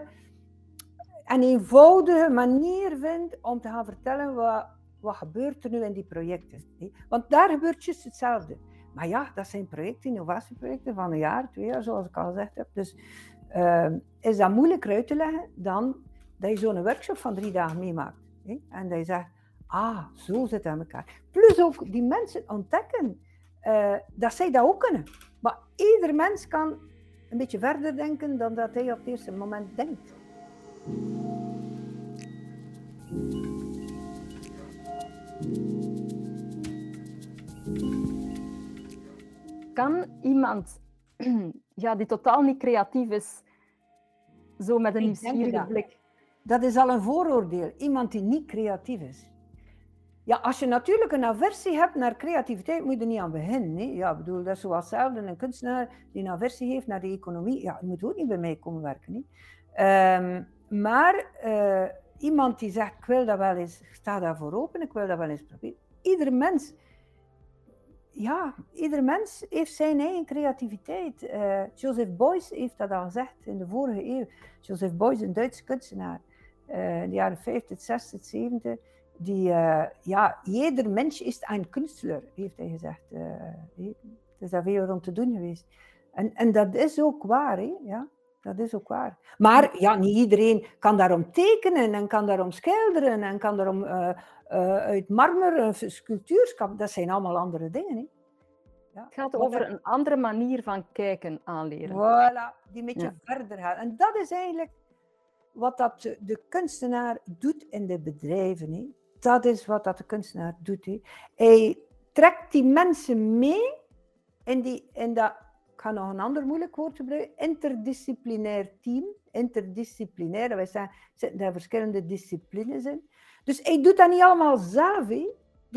en eenvoudige manier vind om te gaan vertellen wat, wat gebeurt er nu in die projecten. Hè. Want daar gebeurt juist hetzelfde. Maar ja, dat zijn projecten, innovatieprojecten van een jaar, twee jaar, zoals ik al gezegd heb. Dus Uh, is dat moeilijker uit te leggen dan dat je zo'n workshop van drie dagen meemaakt. Hè? En dat je zegt, ah, zo zit het aan elkaar. Plus ook die mensen ontdekken uh, dat zij dat ook kunnen. Maar ieder mens kan een beetje verder denken dan dat hij op het eerste moment denkt. Kan iemand ja, die totaal niet creatief is, zo met een nieuwsgierige blik? Dat is al een vooroordeel. Iemand die niet creatief is. Ja, als je natuurlijk een aversie hebt naar creativiteit, moet je er niet aan beginnen. Hè? Ja, ik bedoel, dat is zoals hetzelfde een kunstenaar die een aversie heeft naar de economie. Ja, je moet ook niet bij mij komen werken. Hè? Um, maar uh, iemand die zegt, ik wil dat wel eens, ik sta daarvoor open, ik wil dat wel eens proberen. Ieder mens... Ja, ieder mens heeft zijn eigen creativiteit. Uh, Joseph Beuys heeft dat al gezegd in de vorige eeuw. Joseph Beuys, een Duitse kunstenaar, uh, in de jaren vijftig, zestig, zeventig. Die, uh, ja, ieder mens is een kunstler, heeft hij gezegd. Uh, er is daar veel rond te doen geweest. En, en dat is ook waar, hè? Ja, dat is ook waar. Maar ja, niet iedereen kan daarom tekenen en kan daarom schilderen en kan daarom... Uh, Uh, uit marmer, een sculptuurschap, dat zijn allemaal andere dingen. Hè? Ja. Het gaat over dat... een andere manier van kijken aanleren. Voilà, die een beetje ja. verder gaat. En dat is eigenlijk wat dat de kunstenaar doet in de bedrijven. Hè? Dat is wat dat de kunstenaar doet. Hè? Hij trekt die mensen mee in, die, in dat, ik ga nog een ander moeilijk woord gebruiken, interdisciplinair team. Interdisciplinair, wij zeggen, zitten daar verschillende disciplines in. Dus hij doet dat niet allemaal zelf. He.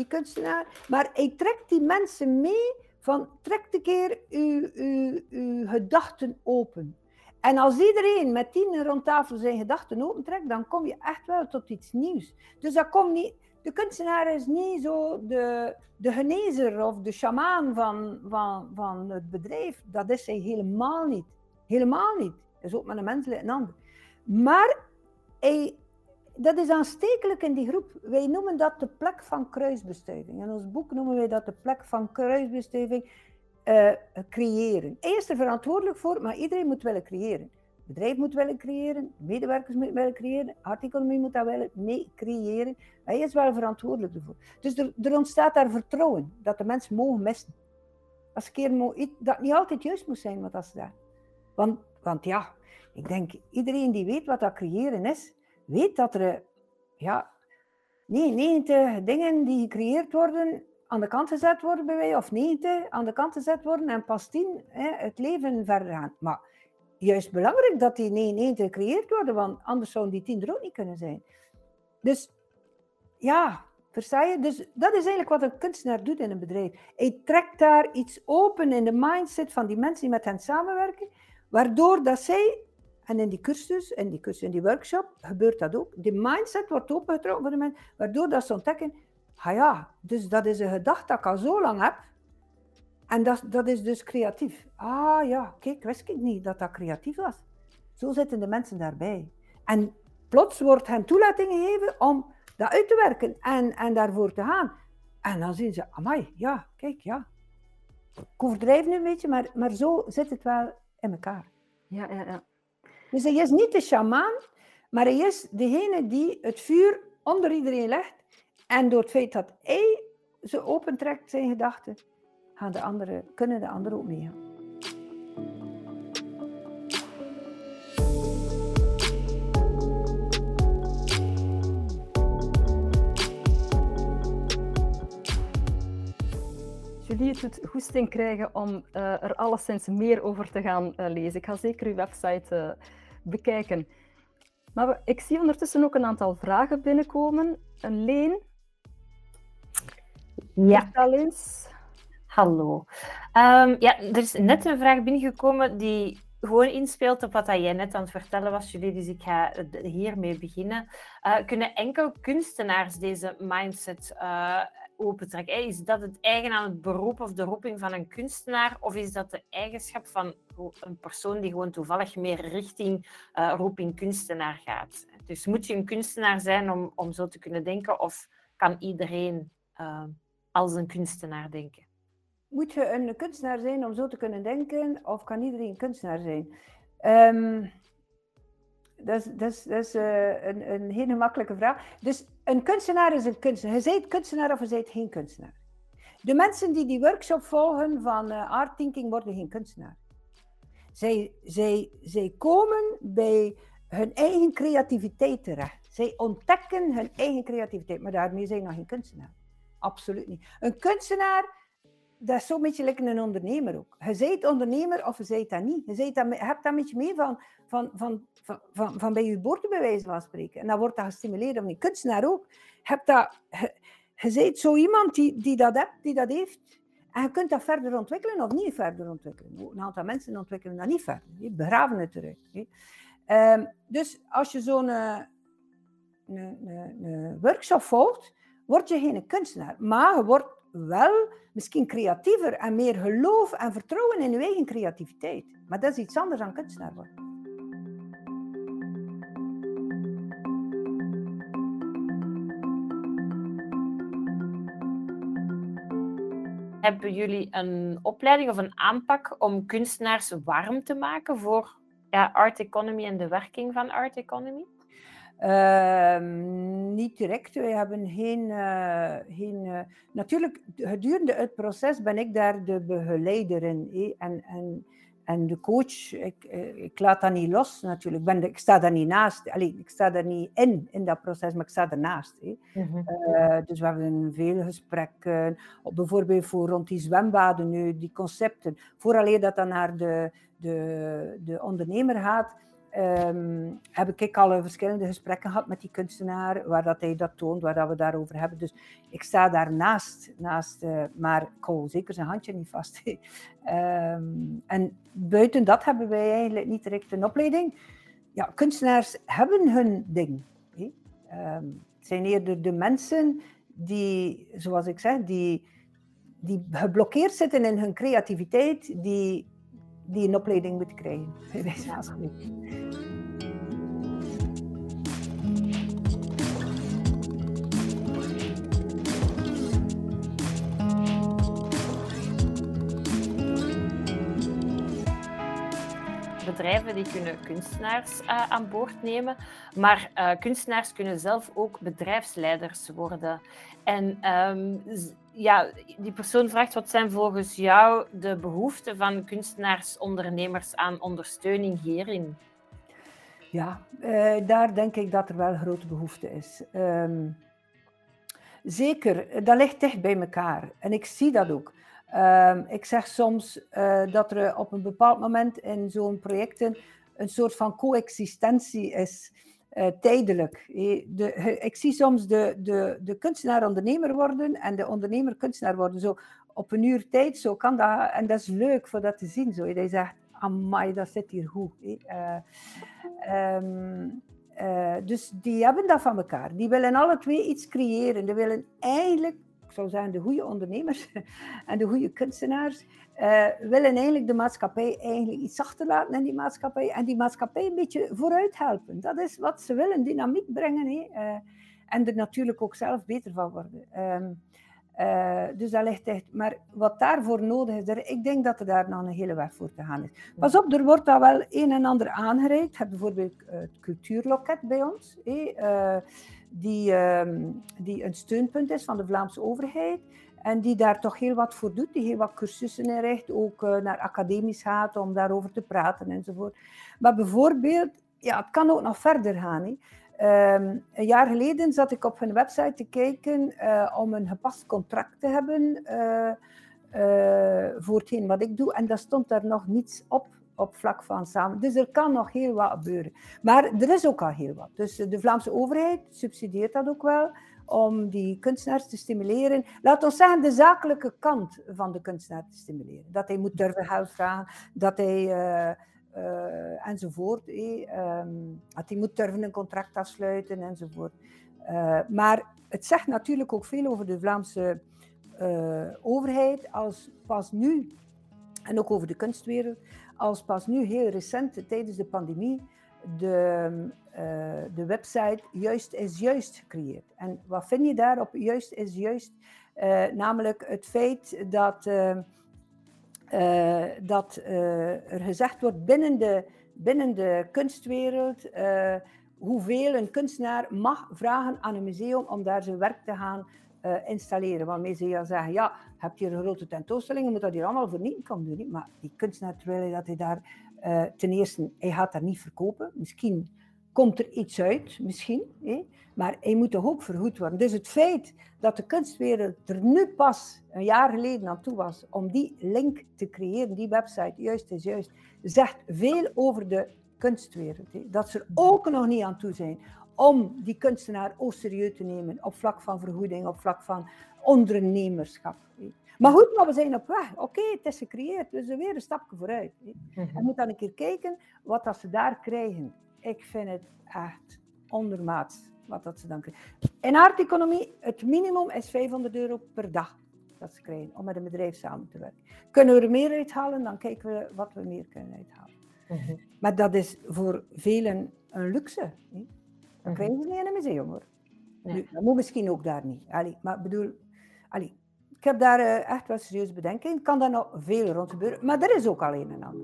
die kunstenaar. Maar hij trekt die mensen mee van, trek een keer uw, uw, uw gedachten open. En als iedereen met tien rond tafel zijn gedachten opentrekt, dan kom je echt wel tot iets nieuws. Dus dat komt niet, de kunstenaar is niet zo de, de genezer of de sjamaan van, van, van het bedrijf. Dat is hij helemaal niet. Helemaal niet. Dat is ook maar een mens, een ander. Maar hij, dat is aanstekelijk in die groep. Wij noemen dat de plek van kruisbestuiving. In ons boek noemen wij dat de plek van kruisbestuiving. Uh, creëren. Hij is er verantwoordelijk voor, maar iedereen moet willen creëren. Het bedrijf moet willen creëren, medewerkers moeten willen creëren, art-economie moet dat willen mee creëren. Hij is wel verantwoordelijk ervoor. Dus er, er ontstaat daar vertrouwen, dat de mensen mogen missen. Als een keer mo- dat niet altijd juist moet zijn wat dat ze daar. Want, want ja, ik denk, iedereen die weet wat dat creëren is, weet dat er, ja, negentig dingen die gecreëerd worden, aan de kant gezet worden bij wij, of negentig aan de kant gezet worden en pas tien hè, het leven verder gaan. Maar juist belangrijk dat die negenennegentig gecreëerd worden, want anders zouden die tien er ook niet kunnen zijn. Dus ja, versta je? Dus dat is eigenlijk wat een kunstenaar doet in een bedrijf. Hij trekt daar iets open in de mindset van die mensen die met hen samenwerken, waardoor dat zij, en in die cursus, in die cursus, in die workshop, gebeurt dat ook. Die mindset wordt opengetrokken voor de mensen, waardoor dat ze ontdekken, ah ja, dus dat is een gedachte dat ik al zo lang heb. En dat, dat is dus creatief. Ah ja, kijk, wist ik niet dat dat creatief was. Zo zitten de mensen daarbij. En plots wordt hen toelating gegeven om dat uit te werken en, en daarvoor te gaan. En dan zien ze, amai, ja, kijk, ja. Ik overdrijf nu een beetje, maar, maar zo zit het wel in elkaar. Ja, ja, ja. Dus hij is niet de sjamaan, maar hij is degene die het vuur onder iedereen legt. En door het feit dat hij ze opentrekt, zijn gedachten, gaan de anderen, kunnen de anderen ook meegaan. Julie, het doet goesting krijgen om uh, er alleszins meer over te gaan uh, lezen. Ik ga zeker uw website uh, bekijken. Maar we, ik zie ondertussen ook een aantal vragen binnenkomen. Een Leen. Ja. Vertel eens. Hallo. Um, ja, er is net een vraag binnengekomen die gewoon inspeelt op wat jij net aan het vertellen was, Julie. Dus ik ga hiermee beginnen. Uh, kunnen enkel kunstenaars deze mindset uh, opentrekken? Is dat het eigen aan het beroep of de roeping van een kunstenaar? Of is dat de eigenschap van een persoon die gewoon toevallig meer richting uh, roeping kunstenaar gaat? Dus moet je een kunstenaar zijn om, om zo te kunnen denken? Of kan iedereen uh, als een kunstenaar denken? Moet je een kunstenaar zijn om zo te kunnen denken? Of kan iedereen een kunstenaar zijn? Um, dat is, dat is, dat is uh, een, een hele makkelijke vraag. Dus een kunstenaar is een kunstenaar. Je bent kunstenaar of je bent geen kunstenaar. De mensen die die workshop volgen van uh, art thinking worden geen kunstenaar. Zij, zij, zij komen bij hun eigen creativiteit terecht. Zij ontdekken hun eigen creativiteit, maar daarmee zijn ze nog geen kunstenaar. Absoluut niet. Een kunstenaar, dat is zo'n beetje like een ondernemer ook. Je bent ondernemer of je bent dat niet. Je, dat, je hebt dat een beetje mee van, van, van, van, van, van bij je geboortebewijs van spreken. En dan wordt dat gestimuleerd om niet. Kunstenaar ook. Je, hebt dat, je, je bent zo iemand die, die dat hebt, die dat heeft. En je kunt dat verder ontwikkelen of niet verder ontwikkelen. Een aantal mensen ontwikkelen dat niet verder. Die begraven het eruit. Um, dus als je zo'n een, een, een workshop volgt, word je geen kunstenaar. Maar je wordt wel misschien creatiever en meer geloof en vertrouwen in je eigen creativiteit. Maar dat is iets anders dan kunstenaar worden. Hebben jullie een opleiding of een aanpak om kunstenaars warm te maken voor ja, art economy en de werking van art economy? Uh, niet direct. Wij hebben geen... Uh, geen uh, natuurlijk, gedurende het proces ben ik daar de begeleider in. Eh? En, en, en de coach, ik, ik laat dat niet los natuurlijk. Ik, ben, ik sta daar niet naast. Allee, ik sta daar niet in, in dat proces, maar ik sta ernaast. Eh? Mm-hmm. Uh, dus we hebben veel gesprekken. Bijvoorbeeld voor rond die zwembaden nu, die concepten. Vooraleer dat dan naar de, de, de ondernemer gaat, um, heb ik al verschillende gesprekken gehad met die kunstenaar, waar dat hij dat toont, waar dat we daarover hebben. Dus ik sta daarnaast, naast, uh, maar ik hou zeker zijn handje niet vast. um, en buiten dat hebben wij eigenlijk niet direct een opleiding. Ja, kunstenaars hebben hun ding. Hey? Um, het zijn eerder de mensen die, zoals ik zeg, die, die geblokkeerd zitten in hun creativiteit, die, die een opleiding moeten krijgen. Bij wijze van spreken. Bedrijven die kunnen kunstenaars uh, aan boord nemen, maar uh, kunstenaars kunnen zelf ook bedrijfsleiders worden. En um, ja, die persoon vraagt, wat zijn volgens jou de behoeften van kunstenaars, ondernemers aan ondersteuning hierin? Ja, uh, daar denk ik dat er wel grote behoefte is. Um, zeker, dat ligt dicht bij elkaar. En ik zie dat ook. Um, ik zeg soms uh, dat er op een bepaald moment in zo'n projecten een soort van coexistentie is, uh, tijdelijk. De, ik zie soms de, de, de kunstenaar ondernemer worden en de ondernemer kunstenaar worden. Zo op een uur tijd, zo kan dat. En dat is leuk voor dat te zien. Zo. Je zegt, amai, dat zit hier goed. Uh, um, uh, dus die hebben dat van elkaar. Die willen alle twee iets creëren. Die willen eigenlijk... Ik zou zeggen, de goede ondernemers en de goede kunstenaars uh, willen eigenlijk de maatschappij eigenlijk iets achterlaten in die maatschappij en die maatschappij een beetje vooruit helpen. Dat is wat ze willen, dynamiek brengen hè? Uh, en er natuurlijk ook zelf beter van worden. Um, uh, dus dat ligt echt. Maar wat daarvoor nodig is, er, ik denk dat er daar nog een hele weg voor te gaan is. Pas op, er wordt daar wel een en ander aangereikt. Je hebt bijvoorbeeld uh, het cultuurloket bij ons. Hè? Uh, Die, um, die een steunpunt is van de Vlaamse overheid en die daar toch heel wat voor doet, die heel wat cursussen inricht, ook uh, naar academisch gaat om daarover te praten enzovoort. Maar bijvoorbeeld, ja, het kan ook nog verder gaan. Hè. Um, een jaar geleden zat ik op hun website te kijken uh, om een gepast contract te hebben uh, uh, voor hetgeen wat ik doe en daar stond daar nog niets op. Op vlak van samen. Dus er kan nog heel wat gebeuren. Maar er is ook al heel wat. Dus de Vlaamse overheid subsidieert dat ook wel om die kunstenaars te stimuleren. Laat ons zeggen, de zakelijke kant van de kunstenaar te stimuleren. Dat hij moet durven geld vragen, dat hij uh, uh, enzovoort. Eh, um, dat hij moet durven een contract afsluiten enzovoort. Uh, maar het zegt natuurlijk ook veel over de Vlaamse uh, overheid als pas nu, en ook over de kunstwereld, als pas nu heel recent, tijdens de pandemie, de, uh, de website Juist is Juist gecreëerd. En wat vind je daar op Juist is Juist? Uh, namelijk het feit dat, uh, uh, dat uh, er gezegd wordt binnen de, binnen de kunstwereld uh, hoeveel een kunstenaar mag vragen aan een museum om daar zijn werk te gaan Uh, installeren. Waarmee ze ja zeggen, ja, heb je een grote tentoonstelling, je moet dat hier allemaal voor niet komen doen. Maar die kunstenaar, terwijl dat hij daar, uh, ten eerste, hij gaat dat niet verkopen. Misschien komt er iets uit, misschien. Eh? Maar hij moet toch ook vergoed worden. Dus het feit dat de kunstwereld er nu pas een jaar geleden aan toe was om die link te creëren, die website, Juist is Juist, zegt veel over de kunstwereld. Eh? Dat ze er ook nog niet aan toe zijn om die kunstenaar ook serieus te nemen op vlak van vergoeding, op vlak van ondernemerschap. Maar goed, maar we zijn op weg. Oké, okay, het is gecreëerd, dus weer een stapje vooruit. Mm-hmm. Je moet dan een keer kijken wat dat ze daar krijgen. Ik vind het echt ondermaats wat dat ze dan krijgen. In aardeconomie, het minimum is vijfhonderd euro per dag dat ze krijgen om met een bedrijf samen te werken. Kunnen we er meer uithalen, dan kijken we wat we meer kunnen uithalen. Mm-hmm. Maar dat is voor velen een luxe. Hè? Dan krijgen ze niet in een museum, hoor. Nee. Nu, dat moet misschien ook daar niet. Allee, maar ik bedoel, allee, ik heb daar uh, echt wel serieus bedenken in. Kan daar nog veel rond gebeuren, maar er is ook al een en ander.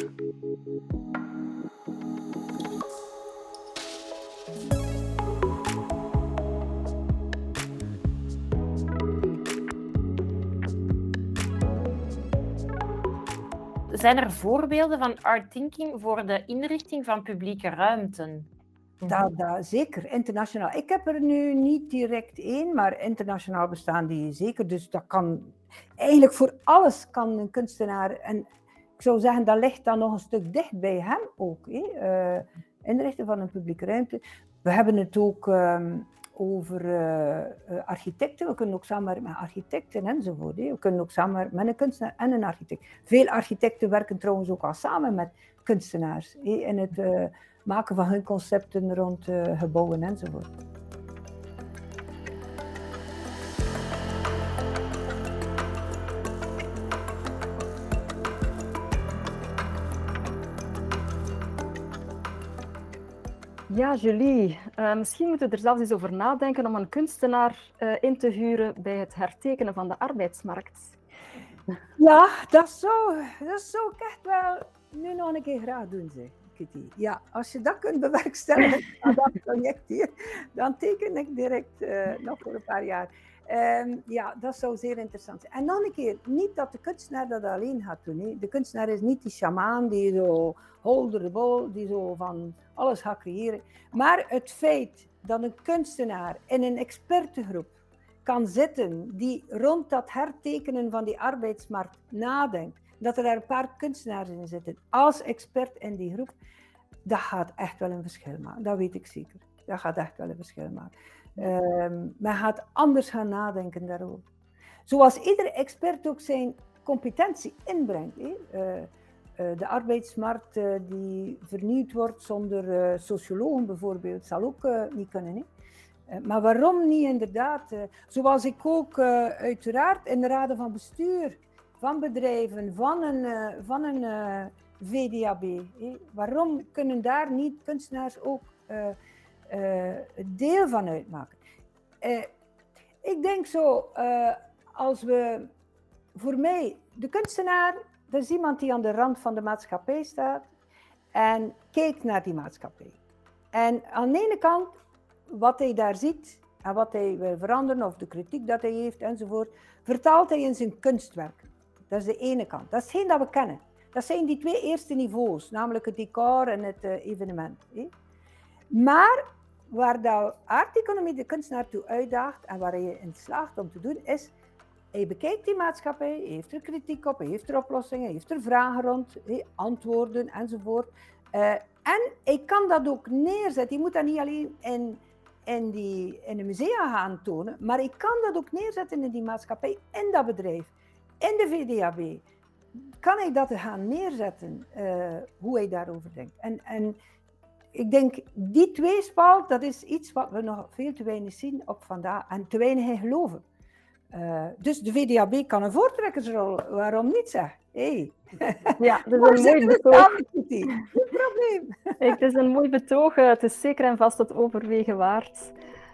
Zijn er voorbeelden van art thinking voor de inrichting van publieke ruimten? Dat, dat, zeker, internationaal. Ik heb er nu niet direct één, maar internationaal bestaan die zeker. Dus dat kan, eigenlijk voor alles kan een kunstenaar, en ik zou zeggen, dat ligt dan nog een stuk dicht bij hem ook. Hè? Uh, inrichten van een publieke ruimte. We hebben het ook um, over uh, uh, architecten. We kunnen ook samenwerken met architecten enzovoort. Hè? We kunnen ook samenwerken met een kunstenaar en een architect. Veel architecten werken trouwens ook al samen met kunstenaars. Hè? In het uh, maken van hun concepten rond uh, gebouwen enzovoort. Ja, Julie, uh, misschien moeten we er zelfs eens over nadenken om een kunstenaar uh, in te huren bij het hertekenen van de arbeidsmarkt. Ja, dat zou, dat zou ik echt wel nu nog een keer graag doen, zeg, Kitty. Ja, als je dat kunt bewerkstelligen aan dat project hier, dan teken ik direct uh, nog voor een paar jaar. Um, ja, dat zou zeer interessant zijn. En nog een keer, niet dat de kunstenaar dat alleen gaat doen. Hè. De kunstenaar is niet die sjamaan die zo holder de bol, die zo van alles gaat creëren. Maar het feit dat een kunstenaar in een expertengroep kan zitten die rond dat hertekenen van die arbeidsmarkt nadenkt, dat er daar een paar kunstenaars in zitten als expert in die groep, dat gaat echt wel een verschil maken. Dat weet ik zeker. Dat gaat echt wel een verschil maken. Um, men gaat anders gaan nadenken daarover. Zoals iedere expert ook zijn competentie inbrengt. Hè. Uh, uh, de arbeidsmarkt uh, die vernieuwd wordt zonder uh, sociologen bijvoorbeeld, zal ook uh, niet kunnen. Hè. Uh, maar waarom niet inderdaad? Uh, zoals ik ook uh, uiteraard in de raden van bestuur van bedrijven, van een, uh, van een uh, V D A B. Hè. Waarom kunnen daar niet kunstenaars ook uh, Uh, deel van uitmaken. Uh, ik denk zo, uh, als we, voor mij, de kunstenaar, dat is iemand die aan de rand van de maatschappij staat en kijkt naar die maatschappij. En aan de ene kant, wat hij daar ziet en wat hij wil veranderen of de kritiek dat hij heeft enzovoort, vertaalt hij in zijn kunstwerk. Dat is de ene kant. Dat is geen dat we kennen. Dat zijn die twee eerste niveaus, namelijk het decor en het uh, evenement. Hè? Maar waar de aardeconomie de kunstenaar toe uitdaagt en waar hij in slaagt om te doen, is hij bekijkt die maatschappij, hij heeft er kritiek op, hij heeft er oplossingen, hij heeft er vragen rond, hij, antwoorden enzovoort. Uh, en hij kan dat ook neerzetten. Hij moet dat niet alleen in, in, die, in de musea gaan tonen, maar hij kan dat ook neerzetten in die maatschappij, in dat bedrijf, in de V D A B. Kan hij dat gaan neerzetten, uh, hoe hij daarover denkt. En, en ik denk, die tweespalt, dat is iets wat we nog veel te weinig zien op vandaag en te weinig in geloven. Uh, dus de V D A B kan een voortrekkersrol, waarom niet zeg? Hey. Ja, dat is een mooi betoog. Geen probleem. Het is een mooi betoog, het is zeker en vast het overwegen waard.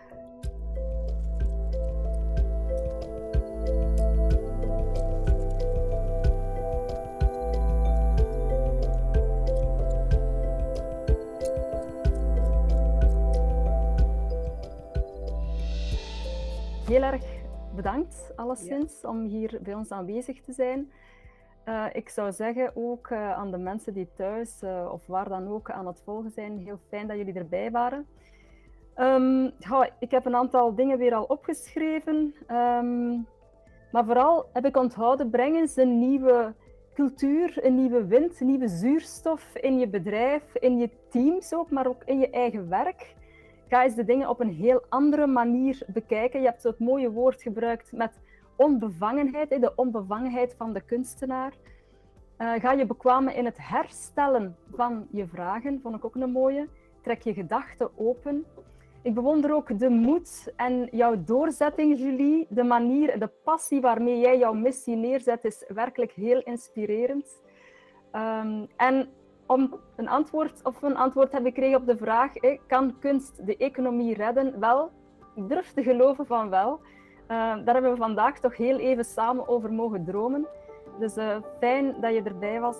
Heel erg bedankt, alleszins, ja. om hier bij ons aanwezig te zijn. Uh, ik zou zeggen ook uh, aan de mensen die thuis uh, of waar dan ook aan het volgen zijn, heel fijn dat jullie erbij waren. Um, ja, ik heb een aantal dingen weer al opgeschreven, um, maar vooral heb ik onthouden, breng eens een nieuwe cultuur, een nieuwe wind, een nieuwe zuurstof in je bedrijf, in je teams ook, maar ook in je eigen werk. Ga eens de dingen op een heel andere manier bekijken. Je hebt zo het mooie woord gebruikt met onbevangenheid, de onbevangenheid van de kunstenaar. Uh, ga je bekwamen in het herstellen van je vragen, vond ik ook een mooie. Trek je gedachten open. Ik bewonder ook de moed en jouw doorzetting, Julie. De manier, de passie waarmee jij jouw missie neerzet, is werkelijk heel inspirerend. Um, en om een antwoord, of een antwoord heb ik gekregen op de vraag, eh, kan kunst de economie redden? Wel, ik durf te geloven van wel. Uh, daar hebben we vandaag toch heel even samen over mogen dromen. Dus uh, fijn dat je erbij was.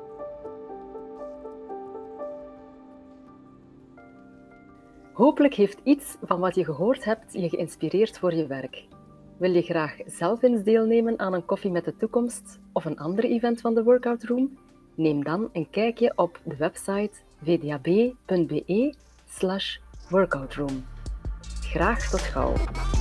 Hopelijk heeft iets van wat je gehoord hebt je geïnspireerd voor je werk. Wil je graag zelf eens deelnemen aan een koffie met de toekomst of een ander event van de Workout Room? Neem dan een kijkje op de website v d a b punt b e slash workoutroom. Graag tot gauw.